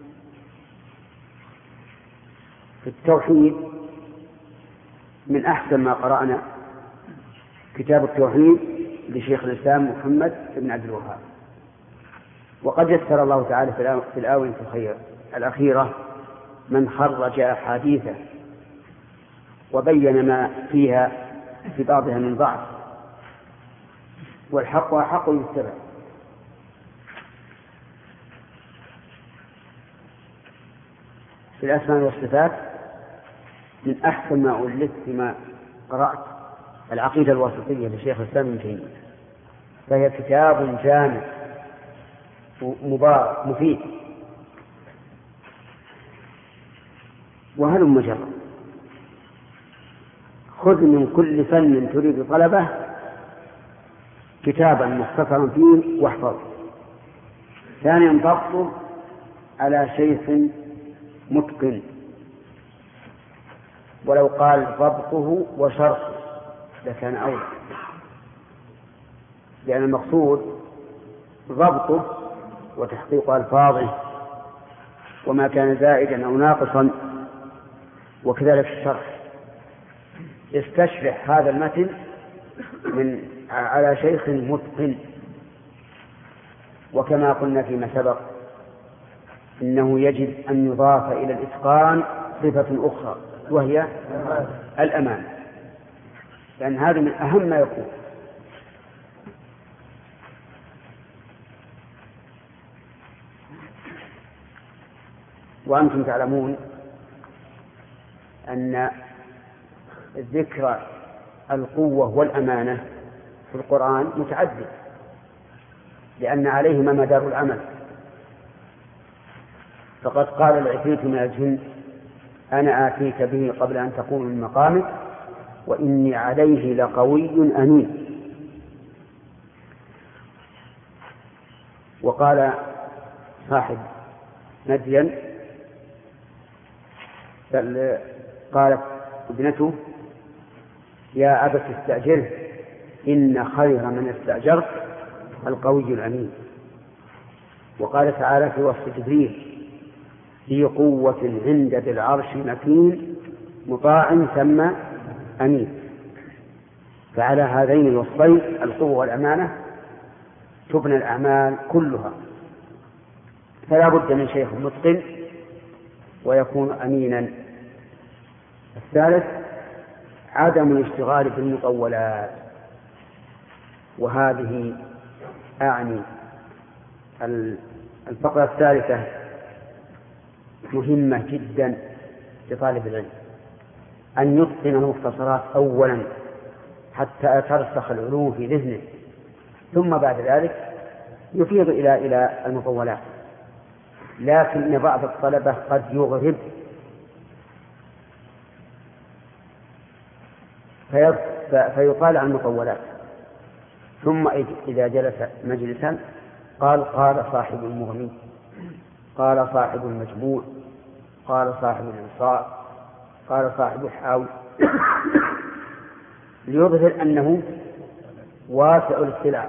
Speaker 1: في التوحيد من أحسن ما قرأنا كتاب التوحيد لشيخ الإسلام محمد بن عبد الوهاب، وقد يسر الله تعالى في الآونة الأخيرة من خرج أحاديثه وبين ما فيها في بعضها من ضعف، والحق أحق يتبع. في الأسماء والصفات من أحسن ما أولدت فيما قرأت العقيدة الواسطية لشيخ الإسلام ابن تيمية، فهي كتاب جامع مبارك مفيد. وهل مجرد خذ من كل فن تريد طلبه كتابا مختصرا فيه واحفظ. ثانيا ضبطه على شيخ متقن، ولو قال ضبطه وشرحه لكان أولى، لأن المقصود ضبطه وتحقيق ألفاظه وما كان زائدا أو ناقصا، وكذلك الشرح. استشرح هذا المتن على شيخ متقن. وكما قلنا فيما سبق إنه يجب أن يضاف إلى الإتقان صفة أخرى وهي الأمان، لأن هذا من أهم ما يكون. وأنتم تعلمون أن ذكر القوة والأمانة في القرآن متعدد، لأن عليهما مدار العمل. فقد قال العفريت من الجن أنا آتيك به قبل أن تقوم من مقامك وإني عليه لقوي أمين. وقال صاحب مدين قالت ابنته يا أبت استأجره إن خير من استأجرت القوي الأمين. وقال تعالى في وصف جبريل ذي قوة عند ذي العرش مكين مطاع ثم أمين. فعلى هذين الوصفين القوة والأمانة تبنى الأعمال كلها، فلا بد من شيخ متقن ويكون أمينا. الثالث عدم الاشتغال بالمطولات، وهذه أعني الفقرة الثالثة مهمة جدا لطالب العلم، أن يتقن المختصرات أولا حتى ترسخ العلوم في ذهنه، ثم بعد ذلك يفيض إلى المطولات. لكن بعض الطلبة قد يغرب فيقال عن المطولات، ثم إذا جلس مجلسا قال صاحب المغني، قال صاحب المجموع، قال صاحب الإنصاف، قال صاحب الحاوي، ليظهر أنه واسع الاطلاع،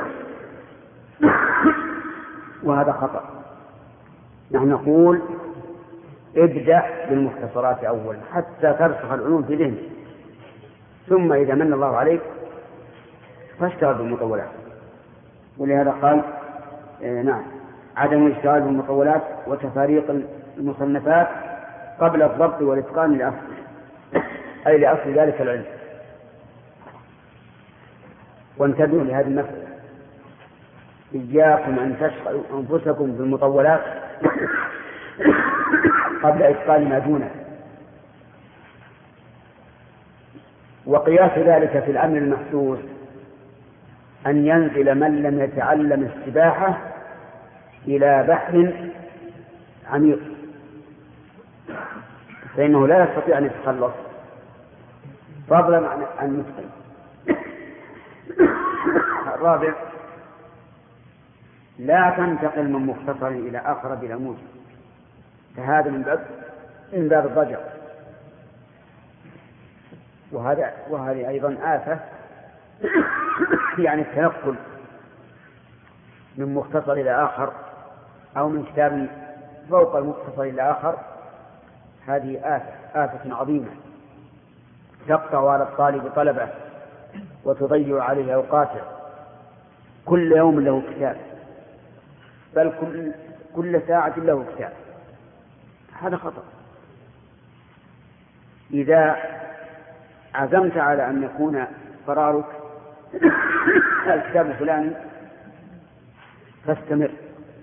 Speaker 1: وهذا خطأ. نحن نقول ابدأ بالمختصرات أولا حتى ترسخ العلوم في ذهنك، ثم إذا من الله عليك فاشتغل بالمطولات. ولهذا قال نعم عدم الاشتغال بالمطولات وتفاريق المصنفات قبل الضبط والإتقان لأصل، أي لأصل ذلك العلم. وانتبهوا لهذه المسألة، إياكم أن تشغلوا أنفسكم بالمطولات قبل إتقان ما دونه. وقياس ذلك في الأمر المحسوس أن ينزل من لم يتعلم السباحة إلى بحر عميق، فإنه لا يستطيع أن يتخلص فضلا عن يتقن. الرابع لا تنتقل من مختصر إلى آخر بلا موجب، فهذا من باب الضجر، وهذه أيضا آفة يعني التنقل من مختصر إلى آخر أو من كتاب فوق المختصر إلى آخر، هذه آفة عظيمة تقطع على الطالب طلبه وتضيع عليه أوقاته. كل يوم له كتاب، بل كل ساعة له كتاب، هذا خطأ. إذا عزمت على أن يكون قرارك الكتاب الفلاني فاستمر،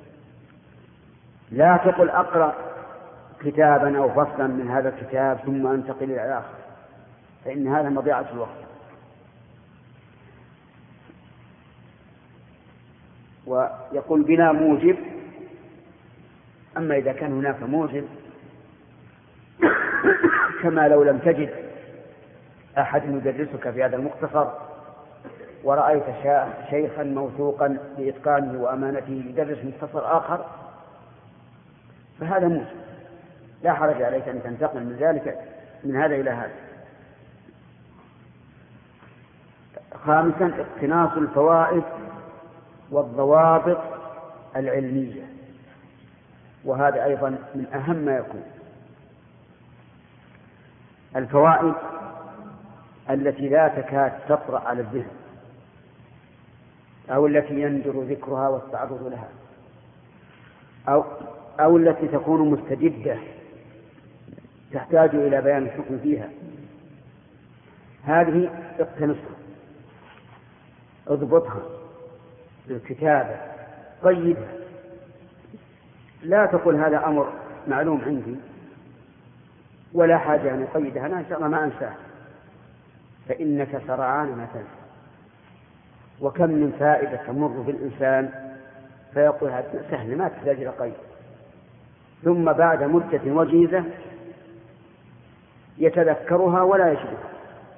Speaker 1: لا تقل أقرأ كتابا أو فصلا من هذا الكتاب ثم أنتقل إلى الآخر، فإن هذا مضيعة الوقت. ويقول بلا موجب، أما إذا كان هناك موجب كما لو لم تجد أحد يدرسك في هذا المختصر ورأيت شيخا موثوقا بإتقانه وأمانته يدرس مختصر آخر، فهذا موجب، لا حرج عليك أن تنتقل من هذا إلى هذا. خامسا اقتناص الفوائد والضوابط العلمية، وهذا أيضا من أهم ما يكون. الفوائد التي لا تكاد تطرأ على الذهن أو التي يندر ذكرها والتعرض لها أو التي تكون مستجدة تحتاج إلى بيان الحكم فيها، هذه اقتنصها، اضبطها بالكتابة، قيدها. لا تقول هذا أمر معلوم عندي ولا حاجة أن أقيدها، أنا إن شاء الله ما أنساه، فإنك سرعان ما تنسى. وكم من فائدة تمر بالإنسان فيقول هذا سهل ما تحتاج إلى قيد، ثم بعد مدة وجيزة يتذكرها ولا يجدها.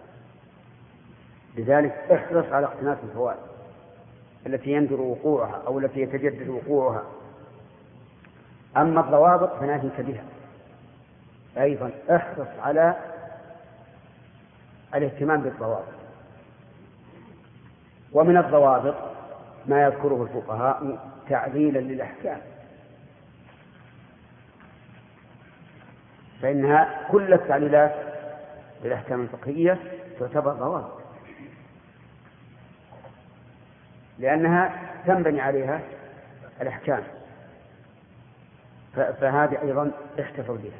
Speaker 1: لذلك احرص على اقتناص الفوائد التي يندر وقوعها أو التي يتجدد وقوعها. أما الضوابط فناهيك بها، أيضا احرص على الاهتمام بالضوابط. ومن الضوابط ما يذكره الفقهاء تعليلا للأحكام، فإنها كل التعليلات للأحكام الفقهية تعتبر ضوابط، لأنها تنبني عليها الأحكام، فهذه أيضا احتفظ بها.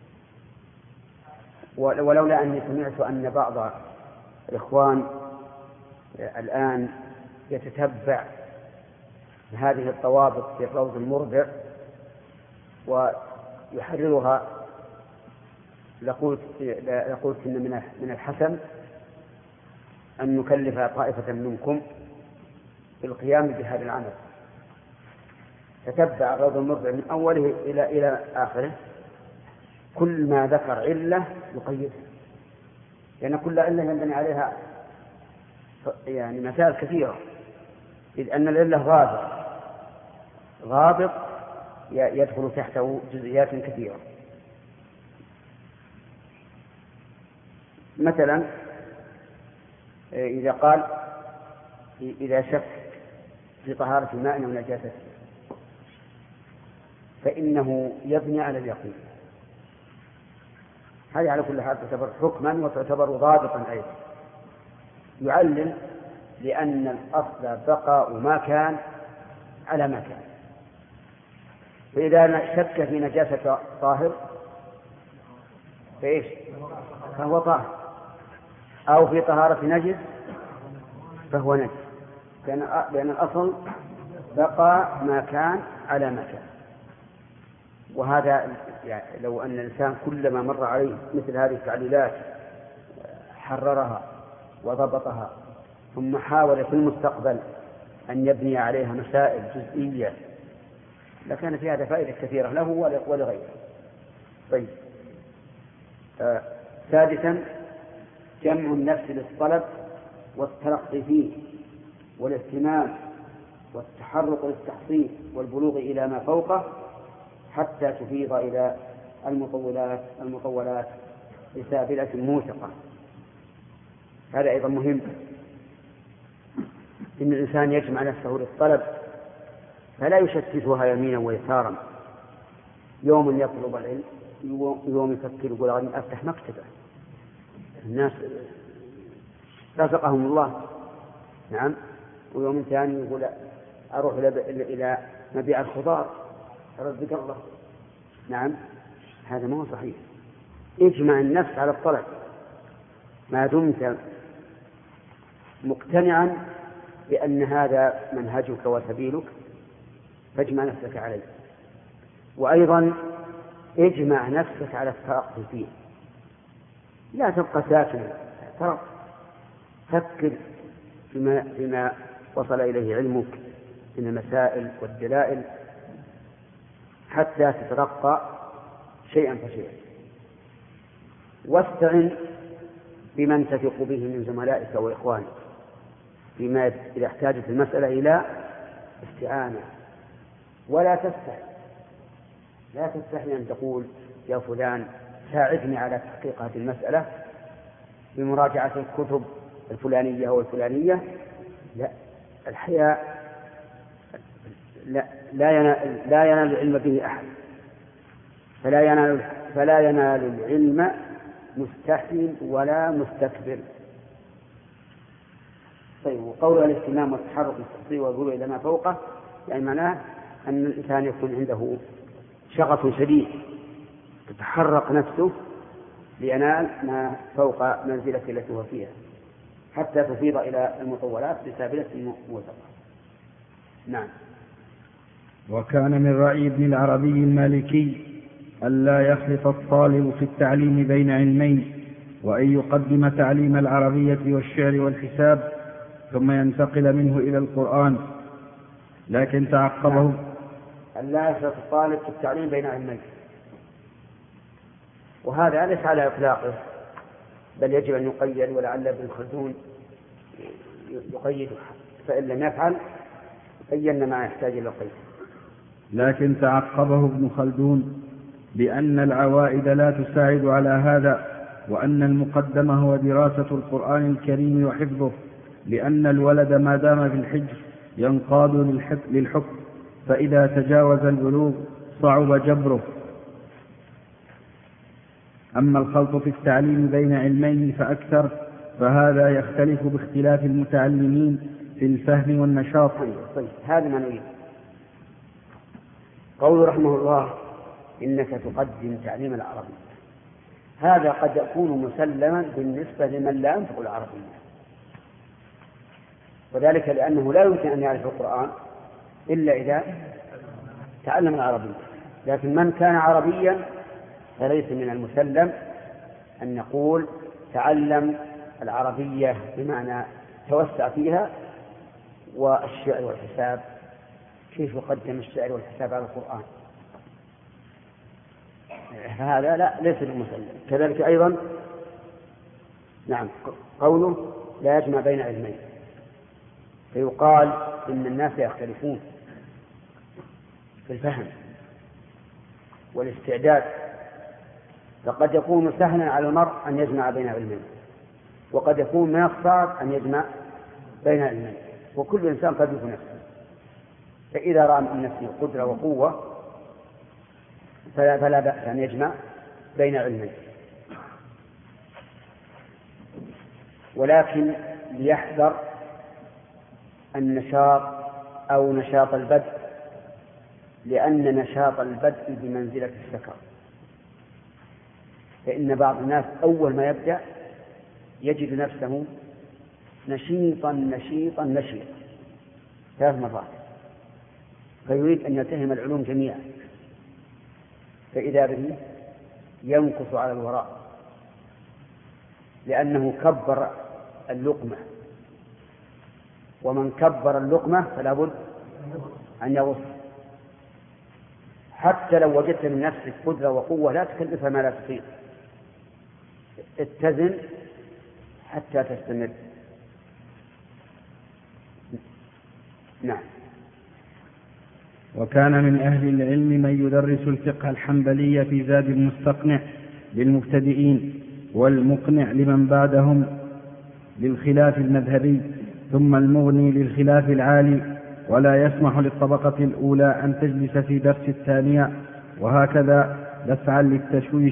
Speaker 1: ولولا أني سمعت أن بعض الإخوان الآن يتتبع هذه الضوابط في الروض المربع ويحررها لقلت إن من الحسن أن نكلف طائفة منكم بالقيام بهذا العمل. تتبع الروض المربع من أوله إلى آخره، كل ما ذكر علة يقيدها، لأن كل علة ينبني عليها يعني مسائل كثيرة، إذ أن العلة غابط يدخل تحته جزئيات كثيرة. مثلا إذا قال إذا شك في طهارة الماء أو نجاسته فإنه يبني على اليقين، هذه على كل حال تعتبر حكما وتعتبر ضابطا أيضا. يعلل لأن الأصل بقاء ما كان على ما كان، فإذا شك في نجاسة طاهر فإيش؟ فهو طاهر، أو في طهارة نجس فهو نجس، لأن الأصل بقى ما كان على ما كان. وهذا يعني لو أن الإنسان كلما مر عليه مثل هذه التعليلات حررها وضبطها، ثم حاول في المستقبل أن يبني عليها مسائل جزئية، لكان في هذا فائدة كثيرة له ولغيره. طيب، سادسا جمع النفس للطلب والترقي فيه والاهتمام والتحرك للتحصيل والبلوغ إلى ما فوقه حتى تفيض إلى المطولات بسابلة موثقة. هذا أيضا مهم، إن الإنسان يجمع نفسه للطلب فلا يشتتها يمينا ويسارا، يوم يطلب العلم يوم يفكر يقول غني أفتح مكتبة، الناس رزقهم الله، نعم، ويوم ثاني يقول أروح إلى مبيع الخضار رزق الله، نعم، هذا ما هو صحيح. اجمع النفس على الطلب ما دمت مقتنعا بأن هذا منهجك وسبيلك، فاجمع نفسك عليه. وأيضا اجمع نفسك على الترقي فيه، لا تبقى ساكنا، فكر فيما وصل إليه علمك من المسائل والدلائل حتى تترقى شيئا فشيئا. واستعن بمن تثق به من زملائك وإخوانك فيما إذا احتاجت المسألة إلى استعانة، ولا تستحي أن تقول يا فلان ساعدني على تحقيق هذه المسألة بمراجعة الكتب الفلانية والفلانية. لا، الحياء لا ينال العلم به أحد، فلا ينال العلم مستحي ولا مستكبر، طيب، وقول الاهتمام والتحرك بالتفصيل والرجوع إلى ما فوقه، يعني معناه أن الإنسان يكون عنده شغف شديد تتحرك نفسه لينال ما فوق منزلة التي هو فيها حتى تفيض إلى المطولات بسابلة موثقة. نعم.
Speaker 2: وكان من رأي ابن العربي المالكي ألا يخلط الطالب في التعليم بين علمين، وأن يقدم تعليم العربية والشعر والحساب ثم ينتقل منه إلى القرآن، لكن تعقبه.
Speaker 1: ألا يخلط الطالب في التعليم بين علمين، وهذا ليس على إطلاقه، بل يجب أن يقيد، ولعل ابن خلدون يقيد، فإن لم يفعل بينا ما يحتاج إلى القيد.
Speaker 2: لكن تعقبه ابن خلدون بأن العوائد لا تساعد على هذا، وأن المقدمة هو دراسة القرآن الكريم وحفظه، لأن الولد ما دام في الحجر ينقاد للحكم، فإذا تجاوز البلوغ صعب جبره. أما الخلط في التعليم بين علمين فأكثر، فهذا يختلف باختلاف المتعلمين في الفهم والنشاط.
Speaker 1: طيب هذا ما نريد. قول رحمه الله إنك تقدم تعليم العربية، هذا قد يكون مسلما بالنسبة لمن لا ينطق العربية، وذلك لأنه لا يمكن أن يعرف القرآن إلا إذا تعلم العربية. لكن من كان عربيا فليس من المسلم أن نقول تعلم العربية بمعنى توسع فيها، والشعر والحساب كيف يقدم الشعر والحساب على القرآن؟ هذا لا، ليس بالمسلم. كذلك أيضا نعم قوله لا يجمع بين علمين، فيقال إن الناس يختلفون في الفهم والاستعداد، فقد يكون سهلا على المرء أن يجمع بين علمين، وقد يكون من الصعب أن يجمع بين علمين، وكل إنسان قد يكون نفسه. فإذا رأى من نفسه قدرة وقوة فلا بأس أن يجمع بين علمين، ولكن ليحذر النشاط أو نشاط البدء، لأن نشاط البدء بمنزلة السكر، فإن بعض الناس أول ما يبدأ يجد نفسه نشيطا نشيطا نشيطا 3 مرات، فيريد أن يلتهم العلوم جميعا، فإذا به ينكص على الوراء، لأنه كبر اللقمة، ومن كبر اللقمة فلا بد أن يغص. حتى لو وجدت من نفسك قدرة وقوة لا تكلفها ما لا تطيق، اتزن حتى تستمر. نعم.
Speaker 2: وكان من أهل العلم من يدرس الفقه الحنبلي في زاد المستقنع للمبتدئين، والمقنع لمن بعدهم للخلاف المذهبي، ثم المغني للخلاف العالي، ولا يسمح للطبقة الأولى أن تجلس في درس الثانية، وهكذا دفعا للتشويش.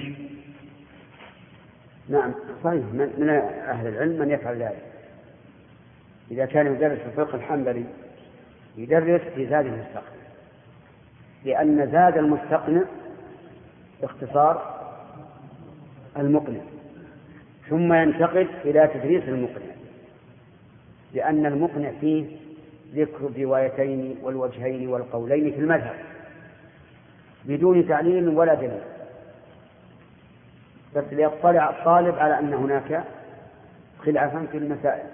Speaker 1: نعم صحيح، من أهل العلم من يفعل ذلك. إذا كان يدرس الفقه الحنبلي يدرس في زاد المستقنع، لأن زاد المستقنع اختصار المقنع، ثم ينتقل إلى تدريس المقنع، لأن المقنع فيه ذكر الروايتين والوجهين والقولين في المذهب بدون تعليل ولا دليل، بس ليطلع الطالب على أن هناك خلافا في المسائل.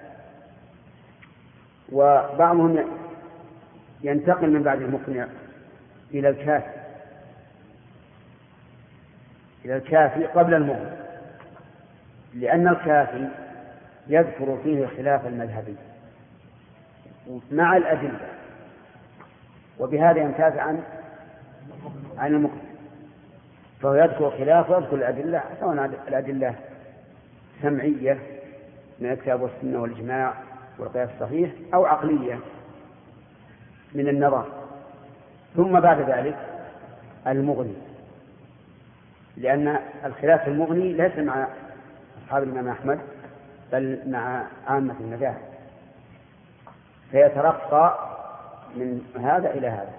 Speaker 1: وبعضهم ينتقل من بعد المقنع إلى الكافي قبل المغني، لأن الكافي يذكر فيه الخلاف المذهبي مع الأدلة، وبهذا يمتاز عن المقنع، فهو يذكر خلافه ويذكر الأدلة، سواء الأدلة سمعية من الكتاب والسنة والإجماع والقياس الصحيح، أو عقلية من النظر. ثم بعد ذلك المغني، لأن الخلاف المغني ليس مع أصحاب الإمام أحمد بل مع عامة المذاهب، فيترقى من هذا إلى هذا.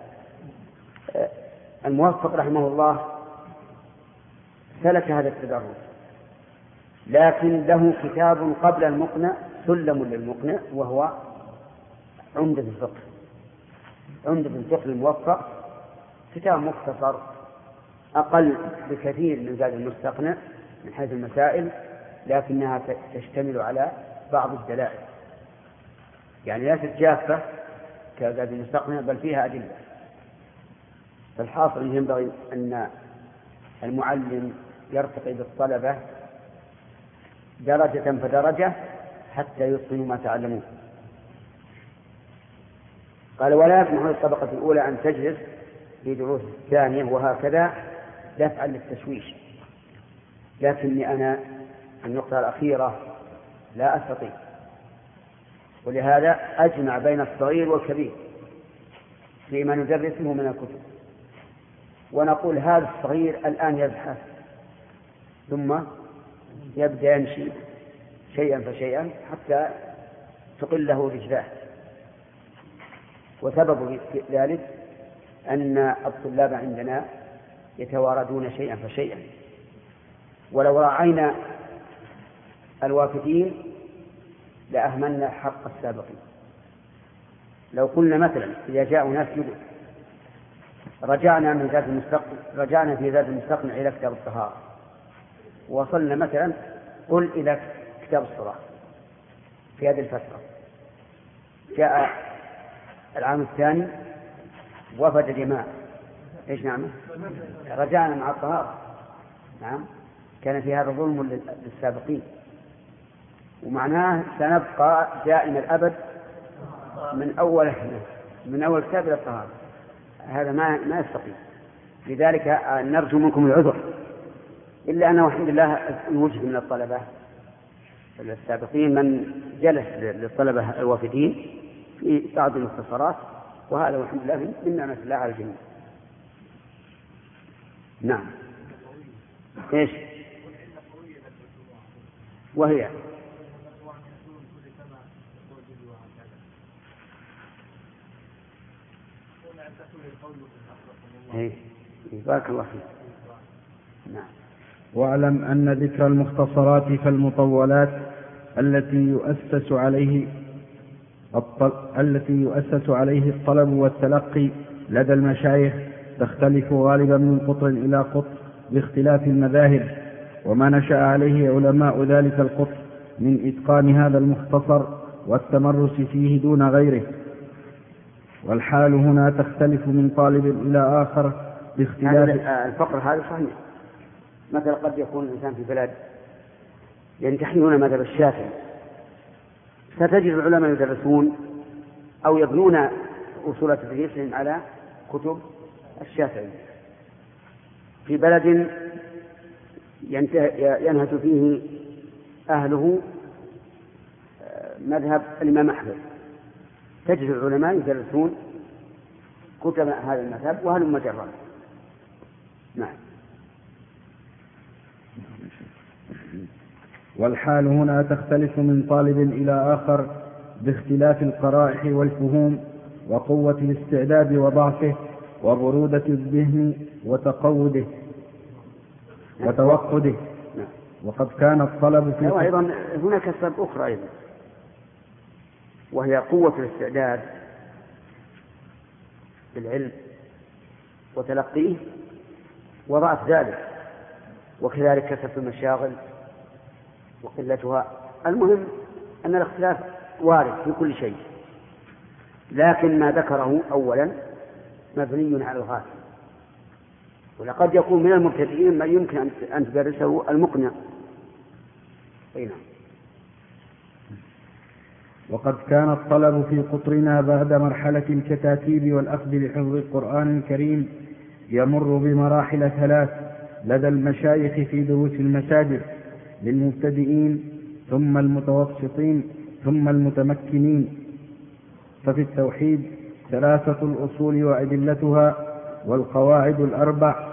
Speaker 1: الموفق رحمه الله سلك هذا التدرج، لكن له كتاب قبل المقنع سلم للمقنع، وهو عمدة الفقه. عمدة الفقه الموفق كتاب مختصر أقل بكثير من زاد المستقنع من حيث المسائل، لكنها تشتمل على بعض الدلائل، يعني ليست جافة كزاد المستقنع بل فيها أدلة. فالحاصل ينبغي أن المعلم يرتقي بالطلبة درجة فدرجة حتى يتقنوا ما تعلموه. قال: ولا يسمح للطبقة الأولى أن تجلس في دروس الثانية وهكذا دفعا للتشويش، لكني أنا النقطة الأخيرة لا أستطيع، ولهذا أجمع بين الصغير والكبير فيما ندرسه من الكتب، ونقول هذا الصغير الآن يبحث ثم يبدأ يمشي شيئا فشيئا حتى تقله رجلاه. وسبب ذلك أن الطلاب عندنا يتواردون شيئا فشيئا، ولو راعينا الوافدين لأهملنا حق السابقين. لو قلنا مثلا إذا جاء ناس جدد رجعنا في زاد المستقنع إلى كتاب الطهارة، وصلنا مثلا قل إلى كتاب الصلاة في هذه الفترة، جاء العام الثاني وفد جماعة إيش نعمل؟ رجعنا مع الطهارة. نعم، كان في هذا ظلم للسابقين، ومعناه سنبقى دائما الأبد من أول كتاب إلى الطهارة. هذا ما يستقيم. لذلك نرجو منكم العذر، إلا أنه الحمد لله نوجد من الطلبة السابقين من جلس للطلبة الوافدين في بعض المختصرات، وهذا والحمد لله من نعمة الله على الجميع. نعم. إيش وهي؟ بارك الله فيك. نعم.
Speaker 2: واعلم أن ذكر المختصرات فالمطولات التي يؤسس عليه الطلب والتلقي لدى المشايخ تختلف غالبا من قطر إلى قطر باختلاف المذاهب، وما نشأ عليه علماء ذلك القطر من إتقان هذا المختصر والتمرس فيه دون غيره. والحال هنا تختلف من طالب إلى آخر باختلاف
Speaker 1: الفقر. هذا صحيح. مثلا قد يكون الإنسان في بلاد ينتحلون مذهب الشافعي، ستجد العلماء يدرسون أو يبنون أصول تدريسهم على كتب الشافعي. في بلد ينهج فيه أهله مذهب الإمام أحمد، تجد العلماء يدرسون كتب هذا المذهب وهل مجرد. نعم.
Speaker 2: والحال هنا تختلف من طالب إلى آخر باختلاف القرائح والفهوم وقوة الاستعداد وضعفه وبرودة الذهن وتقوده وتوقده. وقد كان الطلب في
Speaker 1: أيضا هناك أسباب أخرى أيضا، وهي قوة الاستعداد بالعلم وتلقيه وضعف ذلك، وكذلك كثرة المشاغل وقلتها. المهم أن الاختلاف وارد في كل شيء، لكن ما ذكره أولا مبني على الغالب، ولقد يكون من المبتدئين ما يمكن أن تدرسه المقنع. نعم.
Speaker 2: وقد كان الطلب في قطرنا بعد مرحلة الكتاتيب والأخذ بحفظ القرآن الكريم يمر بمراحل ثلاث لدى المشايخ في دروس المساجد للمبتدئين ثم المتوسطين ثم المتمكنين. ففي التوحيد 3 الأصول وأدلتها والقواعد 4،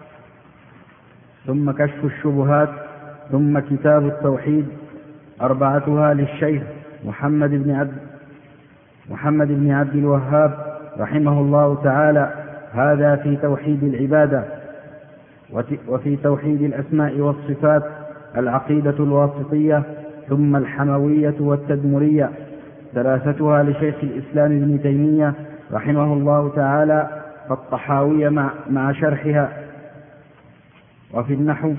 Speaker 2: ثم كشف الشبهات، ثم كتاب التوحيد 4 للشيخ محمد محمد بن عبد الوهاب رحمه الله تعالى: هذا في توحيد العبادة. وفي توحيد الأسماء والصفات العقيدة الواسطية، ثم الحموية والتدمرية، ثلاثتها لشيخ الإسلام ابن تيمية رحمه الله تعالى، فالطحاوية مع شرحها. وفي النحو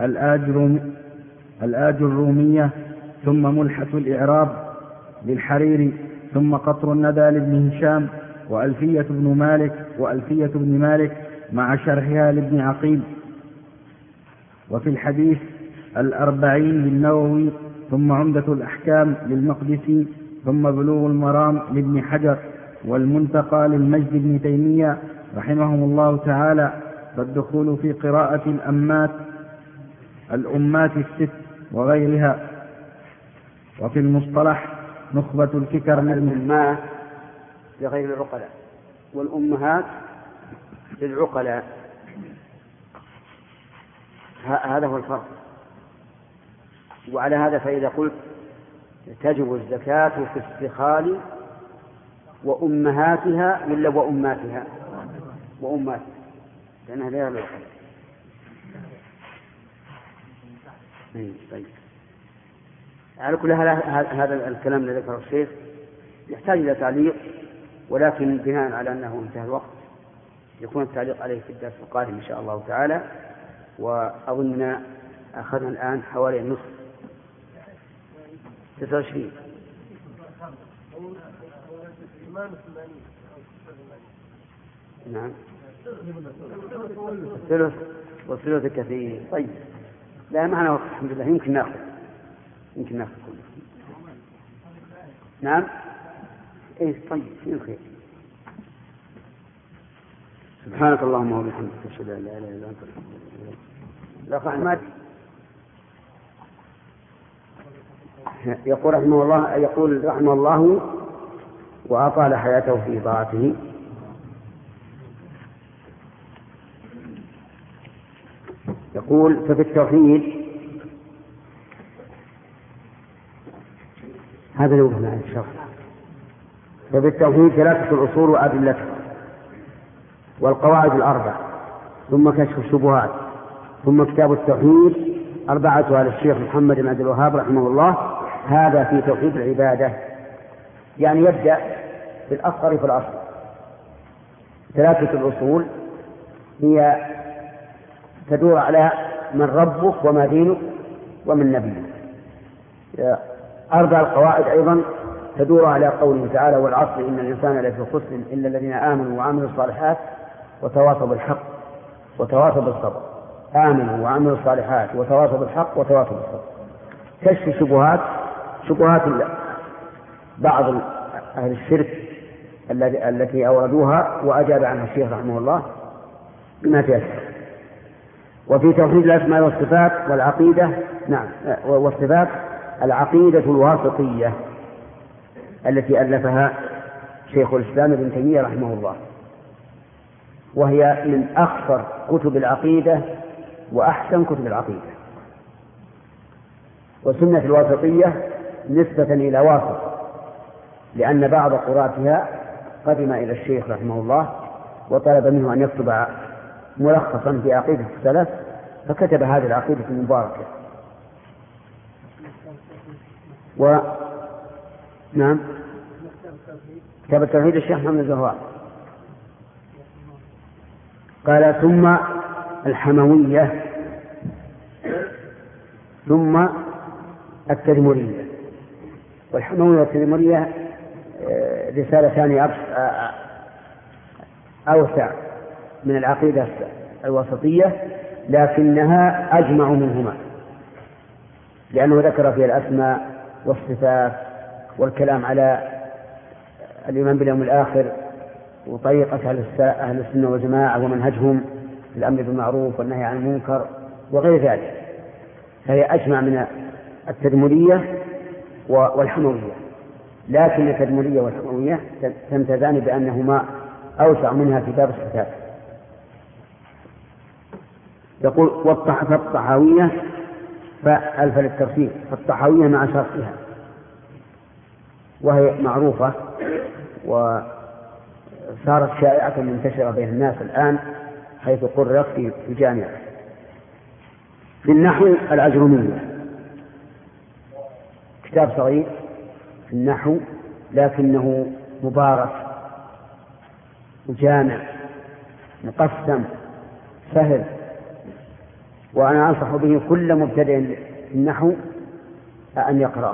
Speaker 2: الآج الرومية، ثم ملحة الإعراب للحريري، ثم قطر الندى لابن هشام، وألفية بن مالك مع شرحها لابن عقيل. وفي الحديث 40 للنووي، ثم عمدة الأحكام للمقدسي، ثم بلوغ المرام لابن حجر، والمنتقى للمجد بن تيمية رحمهم الله تعالى. فالدخول في قراءة الأمات الست وغيرها. وفي المصطلح نخبة الفكر
Speaker 1: الأمات لغير العقلاء، والأمهات للعقلاء، هذا هو الفرق. وعلى هذا فإذا قلت تجب الزكاة في السخال وأمهاتها ولا وأماتها؟ وأماتها، لأنها غير العقلاء. طيب، على كل هذا الكلام الذي ذكره الشيخ يحتاج إلى تعليق، ولكن بناء على أنه انتهى الوقت يكون التعليق عليه في الدرس القادم إن شاء الله تعالى. وأظن أخذنا الآن حوالي النصف 29. نعم، والثلث كثير. طيب، لا معنا وقت الحمد لله، يمكن ناخذ كله. نعم، ايه طيب، في الخير. سبحانك اللهم وبحمدك، اشهد ان لا اله الا انت، الاخ احمد يقول رحمه الله واطال حياته في طاعته. يقول: ففي التوحيد، هذا اللي وقفنا عليه الشرح. ففي التوحيد 3 الأصول وأدلتها، والقواعد 4، ثم كشف الشبهات، ثم كتاب التوحيد 4 للشيخ محمد بن عبد الوهاب رحمه الله. هذا في توحيد العبادة، يعني يبدأ بالأصغر في الأصل. 3 الأصول هي تدور على من ربك وما دينك ومن نبيك. 4 القواعد أيضا تدور على قوله تعالى: والعصر إن الإنسان لفي خسر إلا الذين آمنوا وعملوا الصالحات وتواصوا بالحق وتواصوا بالصبر. آمنوا وعملوا الصالحات وتواصوا بالحق وتواصوا بالصبر. كشف شبهات بعض أهل الشرك التي أوردوها، وأجاب عنها الشيخ رحمه الله بما تيسر. وفي توحيد الأسماء والصفات والعقيدة، والصفات العقيدة الواسطية التي ألفها شيخ الإسلام ابن تيمية رحمه الله، وهي من أخطر كتب العقيدة وأحسن كتب العقيدة. وسنة الواسطية نسبة إلى واسط، لأن بعض قراتها قدم إلى الشيخ رحمه الله وطلب منه أن يكتب ملخصا في عقيدة السلف، فكتب هذه العقيدة المباركة. نعم، كتاب التوحيد الشيخ محمد الزهراء. قال: ثم الحموية، ثم التدمرية. والحموية والتدمرية رسالة ثانية أوسع من العقيدة الوسطية، لكنها أجمع منهما، لأنه ذكر فيها الأسماء والصفات والكلام على الإيمان باليوم الآخر وطريقة أهل السنة والجماعة ومنهجهم في الأمر بالمعروف والنهي عن المنكر وغير ذلك، فهي أجمع من التدمرية والحموية. لكن التدمرية والحموية تمتازان بأنهما أوسع منها في باب الصفات. يقول: فالطحاوية، فألف للترتيب، فالطحاوية مع شرحها، وهي معروفة وصارت شائعة منتشرة بين الناس الآن حيث قررت في الجامعة. في النحو العجرمية، كتاب صغير في النحو لكنه مبارك وجامع مقسم سهل، وأنا أنصح به كل مبتدئ في النحو أن يقرأه.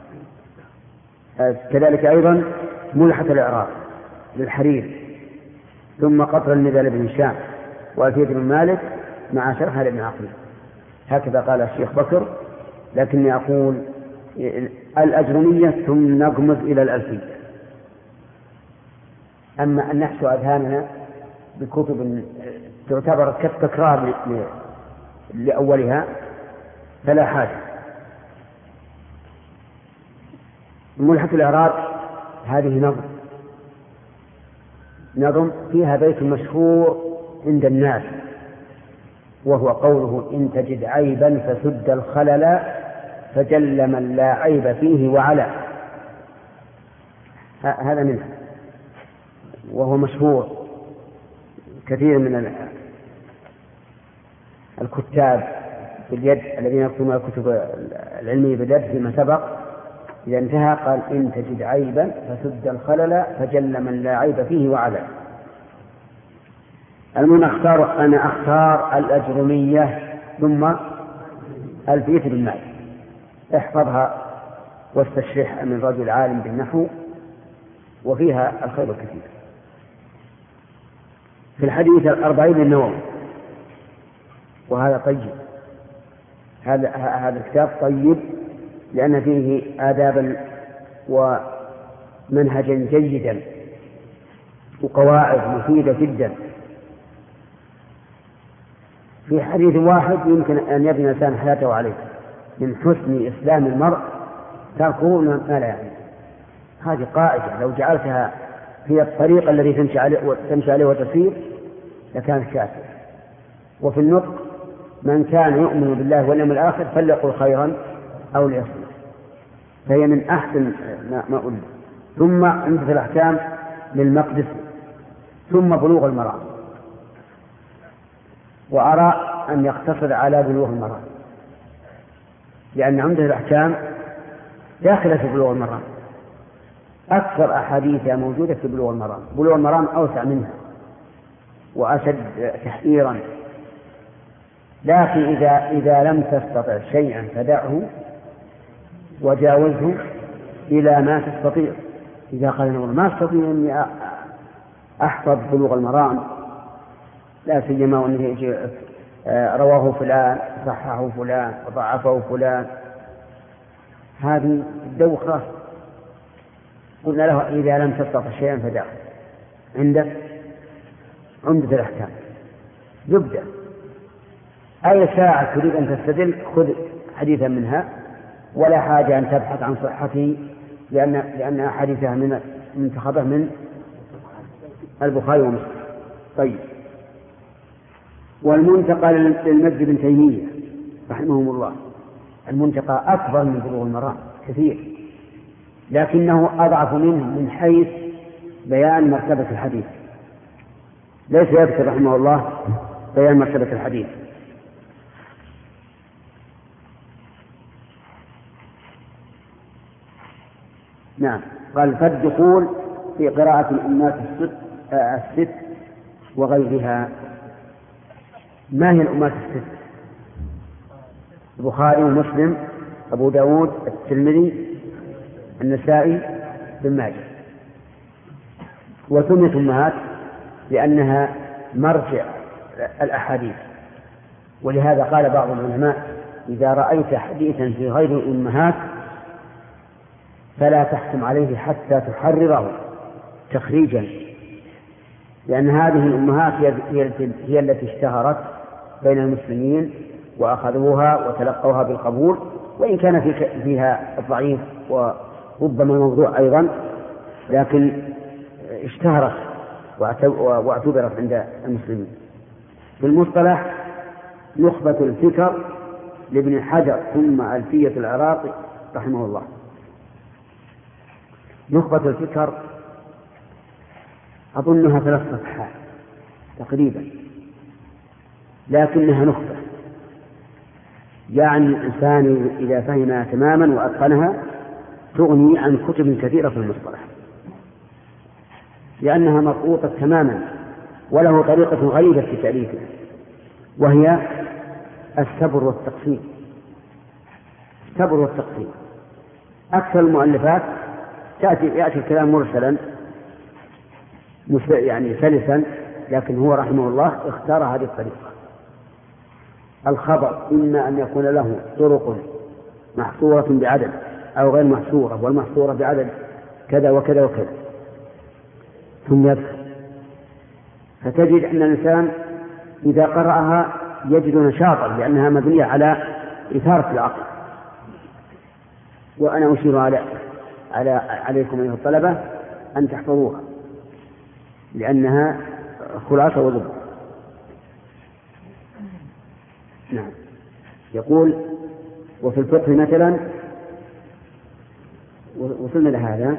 Speaker 1: كذلك أيضا ملحة الإعراب للحرير، ثم قطر المثال بن هشام وألفية بن مالك مع شرح لابن عقيل. هكذا قال الشيخ بكر، لكني أقول الأجرمية ثم نغمز إلى الألفية. أما أن نحشو أذهاننا بكتب تعتبر كالتكرار لأولها فلا حاجة. ملحة الإعراب هذه نظم فيها بيت مشهور عند الناس، وهو قوله: إن تجد عيبا فسد الخلل فجل من لا عيب فيه وعلا. هذا منها، وهو مشهور. كثير من الكتاب باليد الذين يكتبون الكتب العلمية باليد فيما سبق إذا انتهى قال: إن تجد عيبا فسد الخلل فجل من لا عيب فيه وعلا. أنا أختار الأجرمية ثم ألفية بن مالك. احفظها واستشرحها من رجل عالم بالنحو، وفيها الخير الكثير. في الحديث 40 للنووي، وهذا طيب، هذا الكتاب طيب لأن فيه آدابا ومنهجا جيدا وقواعد مفيدة جدا. في حديث واحد يمكن أن يبني الإنسان حياته عليه: من حسن إسلام المرء تركه ما لا يعني. هذه قاعدة لو جعلتها هي الطريق الذي تمشي عليه وتسير لكان كافر. وفي النطق: من كان يؤمن بالله واليوم الآخر فليقل خيرا أو ليصمت. فهي من أحسن ما أقول. ثم عند الأحكام للمقدس، ثم بلوغ المرام. وأرى أن يقتصر على بلوغ المرام، لأن عمدة الأحكام داخلة في بلوغ المرام. أكثر أحاديثها موجودة في بلوغ المرام. بلوغ المرام أوسع منها وأشد تحذيرا. لكن إذا لم تستطع شيئا فدعه وجاوزه إلى ما تستطيع. إذا قال ما أستطيع أني أحفظ بلوغ المرام، لا سيما وأنه رواه فلان صححه فلان وضعفه فلان، هذه الدوخة. قلنا له: إذا لم تستطع شيئا فدعه. عندك عمدة الأحكام يبدأ أي ساعة تريد أن تستدل خذ حديثا منها، ولا حاجة أن تبحث عن صحته لأن أحاديثها منتخبة من البخاري ومسلم. طيب. والمنتقى للمجد بن تيمية رحمهم الله، المنتقى أكبر من بلوغ المرام كثير، لكنه أضعف منه من حيث بيان مرتبة الحديث. ليس يذكر رحمه الله بيان مرتبة الحديث. نعم. قال: فالدخول في قراءة الأمات الست وغيرها. ما هي الأمات الست؟ البخاري ومسلم، أبو داود، الترمذي، النسائي، بن ماجه. وسميت أمهات لأنها مرجع الأحاديث. ولهذا قال بعض العلماء: إذا رأيت حديثا في غير الأمهات فلا تحكم عليه حتى تحرره تخريجا، لأن هذه الأمهات هي التي اشتهرت بين المسلمين وأخذوها وتلقوها بالقبول، وإن كان فيها الضعيف وربما الموضوع أيضا، لكن اشتهرت واعتبرت عند المسلمين. في المصطلح: نخبة الفكر لابن حجر ثم ألفية العراقي رحمه الله. نخبة الفكر أظنها 3 صفحات تقريبا، لكنها نخبة، يعني الإنسان إذا فهمها تماما وأتقنها تغني عن كتب كثيرة في المصطلح، لأنها مضبوطة تماما، وله طريقة غريبة في تأليفها، وهي الصبر والتقسيم. الصبر والتقسيم. أكثر المؤلفات يأتي الكلام مرسلا يعني سلسا، لكن هو رحمه الله اختار هذه الطريقة. الخبر إما أن يكون له طرق محصورة بعدد أو غير محصورة، والمحصورة بعدد كذا وكذا وكذا، ثم يذكر، فتجد أن الإنسان إذا قرأها يجد نشاطا، لأنها مبنية على إثارة العقل. وأنا أشير عليكم أيها الطلبة أن تحفظوها، لأنها خلاصة وزبدة. نعم. يقول: وفي الفقه مثلا، وصلنا لهذا،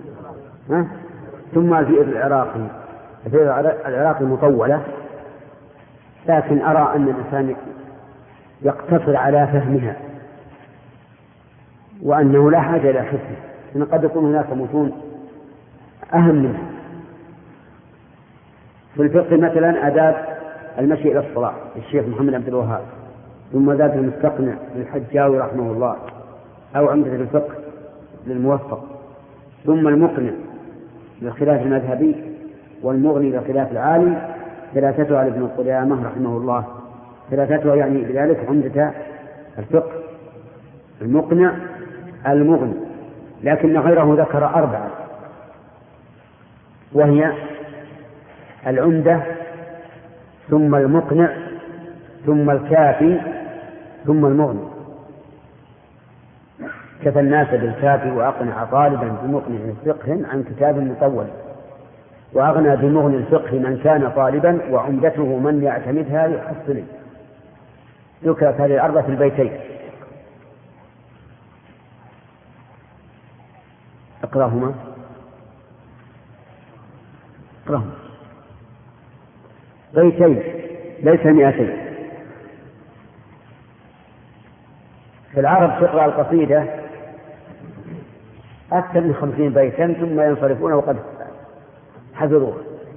Speaker 1: ثم الفئر العراقي مطولة، لكن أرى أن الإنسان يقتصر على فهمها، وأنه لا حاجة إلى حفظه، إن قد يكون هناك متون أهم منها. في الفقه مثلا آداب المشي إلى الصلاة للشيخ محمد عبد الوهاب، ثم زاد المستقنع للحجاوي رحمه الله، أو عمدة الفقه للموفق، ثم المقنع للخلاف المذهبي، والمغني للخلاف العالي، ثلاثته على ابن قدامة رحمه الله. ثلاثته يعني بذلك عمدة الفقه، المقنع، المغني، لكن غيره ذكر 4، وهي العمدة، ثم المقنع، ثم الكافي، ثم المغني. كفى الناس بالكافي وأقنع طالبا بمقنع فقه عن كتاب مطول، وأغنى بمغني الفقه من كان طالبا، وعمدته من يعتمدها يحصل. ذكرت هذه الأربعة في البيتين. اقرأهما. بيتين ليس 200. في العرب تقرأ القصيدة أكثر من 50 بيتا ثم ينصرفون وقد حذروه.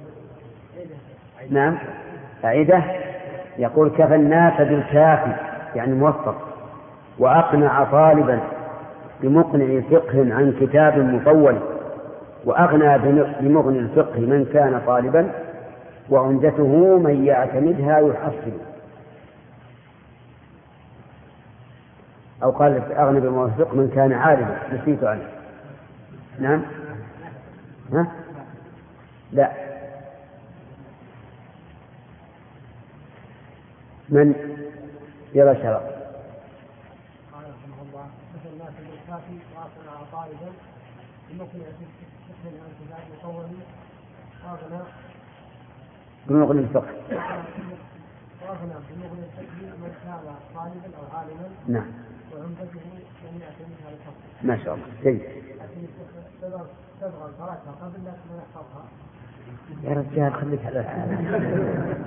Speaker 1: نعم. أعيده. يقول: كفى الناس بالكافي يعني موفق، وأقنع طالبا بمقنع فقه عن كتاب مطول، وأغنى بمغني الفقه من كان طالبا، وعمدته من يعتمدها يحصل. أو قال: أغنى بمغني الفقه من كان عالما، نسيت عنه. نعم. لا. من يرى شرع؟
Speaker 3: قال رحمه الله: مثل الناس بالكافي وأقنع طالبا بمقنع فقه عن كتاب مطول، وأغنى
Speaker 1: بمغني الفقه من كان طالبا أو عالما. نعم. وعمدته من يعتمدها للفقه. ما شاء الله. جيد.
Speaker 3: تبغى الفراتها قبل لا نحفظها.
Speaker 1: يا رجال خليك على الحال.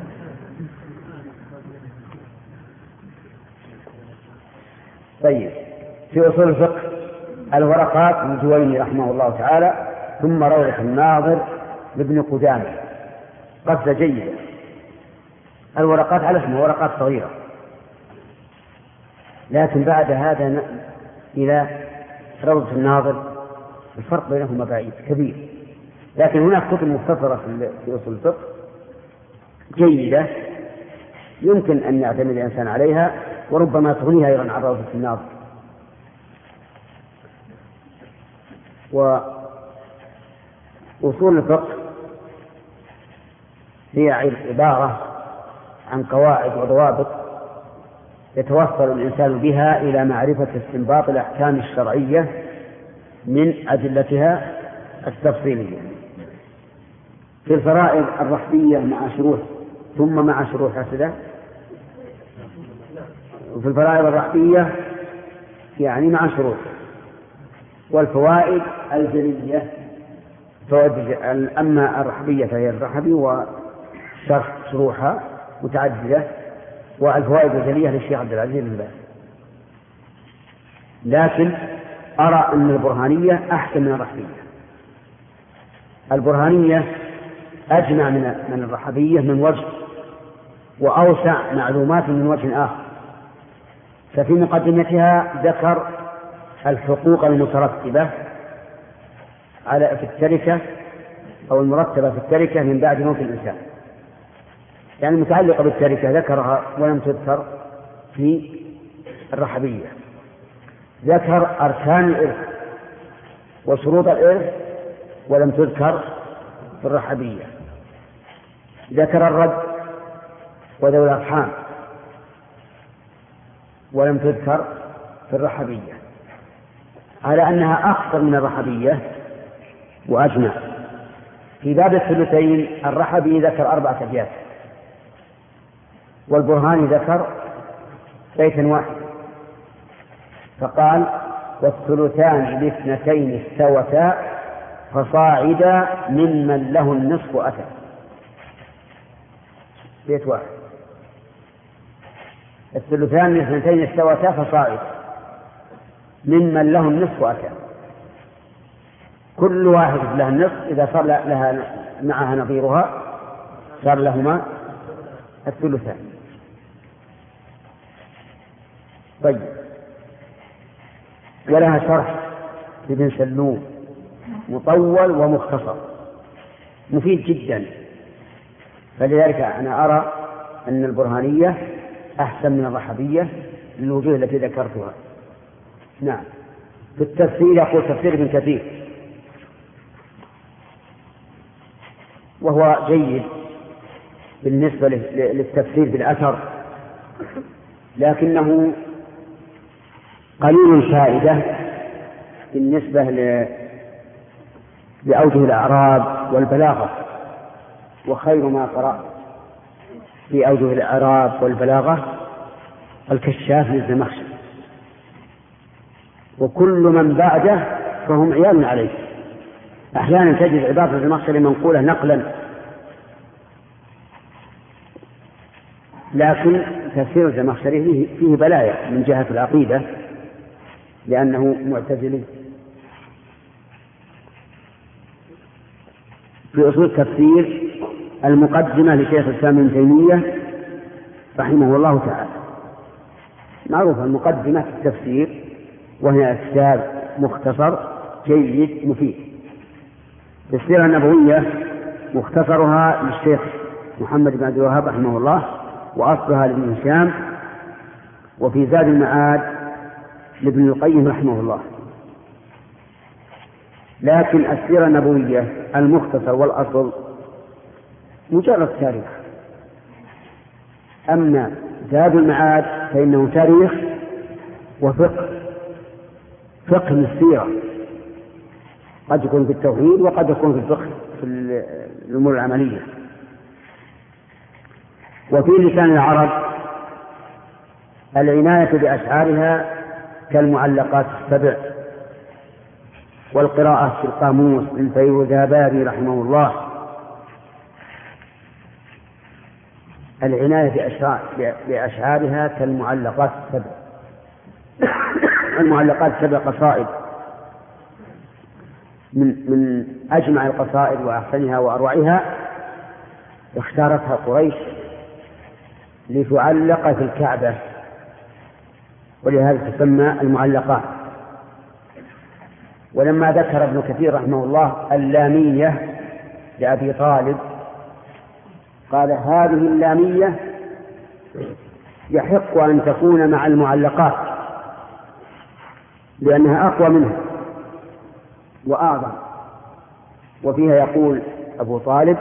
Speaker 1: طيب. في أصول الفقه الورقات للجويني رحمه الله تعالى، ثم روضة الناظر لابن قدامة، قصة جيدة. الورقات على اسمها ورقات صغيرة، لكن بعد هذا إلى روضة الناظر الفرق بينهما بعيد كبير، لكن هناك كتب مختصرة في أصول الفقه جيدة يمكن أن يعتمد الإنسان عليها، وربما تغنيها أيضا عن روضة الناظر. وأصول الفقه هي عبارة عن قواعد وضوابط يتوصل الإنسان بها إلى معرفة استنباط الأحكام الشرعية من أدلتها التفصيلية. في الفرائض الرحبية مع شروح، ثم مع شروح هكذا. وفي الفرائض الرحبية يعني مع شروح. والفوائد الجلية أما الرحبية فهي الرحبي وشرح شروحها متعددة، والفوائد الجلية للشيخ عبد العزيز بن باز. لكن أرى أن البرهانية أحسن من الرحبية. البرهانية أجمع من الرحبية من وجه، وأوسع معلومات من وجه آخر. ففي مقدمتها ذكر الحقوق المترتبة في التركة أو المرتبة في التركة من بعد موت الإنسان، يعني المتعلقة بالتركة ذكرها ولم تذكر في الرحبية. ذكر أركان الإرث وشروط الإرث ولم تذكر في الرحبية. ذكر الرد وذوي الأرحام ولم تذكر في الرحبية، على أنها أخطر من الرحبية وأجمع. في باب الثلثين الرحبي ذكر 4 أبيات، والبرهاني ذكر بيتا واحد، فقال: والثلثان لاثنتين استوتا فصاعدا ممن له النصف أتى. بيت واحد. الثلثان لاثنتين استوتا فصاعدا ممن له النصف أتى. كل واحد له النصف، إذا صار لها معها نظيرها صار لهما الثلثان. طيب، ولها شرح ابن سلوم مطول ومختصر مفيد جدا، فلذلك أنا أرى أن البرهانية أحسن من الرحبية للوجوه التي ذكرتها. نعم. في التفسير يقول تفسير ابن كثير، وهو جيد بالنسبة للتفسير بالأثر، لكنه قليل الفائدة بالنسبة لأوجه الأعراب والبلاغة. وخير ما قرأ في أوجه الأعراب والبلاغة الكشاف للزمخشري، وكل من بعده فهم عيال عليه. أحيانا تجد عبارة الزمخشري منقولة نقلا، لكن تفسير الزمخشري فيه بلايا من جهة العقيدة لأنه معتزلي. في أصول التفسير المقدمة لشيخ الإسلام ابن تيمية رحمه الله تعالى، معروفة المقدمة في التفسير، وهي كتاب مختصر جيد مفيد. السيرة النبوية مختصرها للشيخ محمد بن عبد الوهاب رحمه الله، وأصلها لابن هشام، وفي زاد المعاد لابن القيم رحمه الله. لكن السيرة النبوية المختصر والأصل مجرد تاريخ، أما زاد المعاد فإنه تاريخ وفقه، فقه السيرة، قد يكون في التوحيد وقد يكون في الفقه في الأمور العملية. وفي لسان العرب العناية بأشعارها كالمعلقات السبع، والقراءة في القاموس للفيروزابادي رحمه الله. العناية بأشعارها كالمعلقات السبع. المعلقات السبع قصائد من أجمع القصائد وأحسنها وأروعها، اختارتها قريش لتعلق في الكعبة، ولهذا تسمى المعلقات. ولما ذكر ابن كثير رحمه الله اللامية لأبي طالب قال: هذه اللامية يحق أن تكون مع المعلقات لأنها أقوى منها وأعظم. وفيها يقول أبو طالب: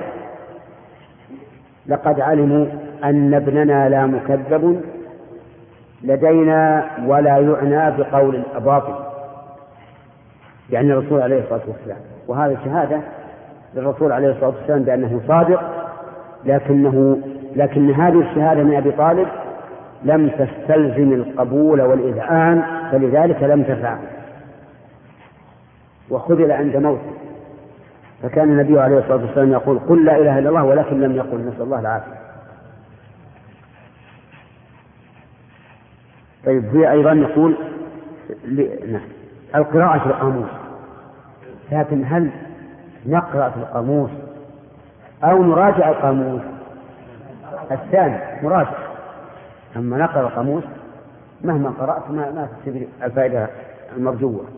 Speaker 1: لقد علموا أن ابننا لا مكذب لدينا ولا يعنى بقول الأباطل، يعني الرسول عليه الصلاة والسلام. وهذا شهادة للرسول عليه الصلاة والسلام بأنه صادق، لكن هذه الشهادة من أبي طالب لم تستلزم القبول والإذعان، فلذلك لم تفعل وخذل عند موته. فكان النبي عليه الصلاة والسلام يقول قل لا إله إلا الله، ولكن لم يقل نسأل الله العافية. طيب هي أيضا يقول القراءة في القاموس، لكن هل نقرأ في القاموس أو نراجع القاموس؟ الثاني مراجع. أما نقرأ القاموس مهما قرأت ما تستفيد الفائدة المرجوة.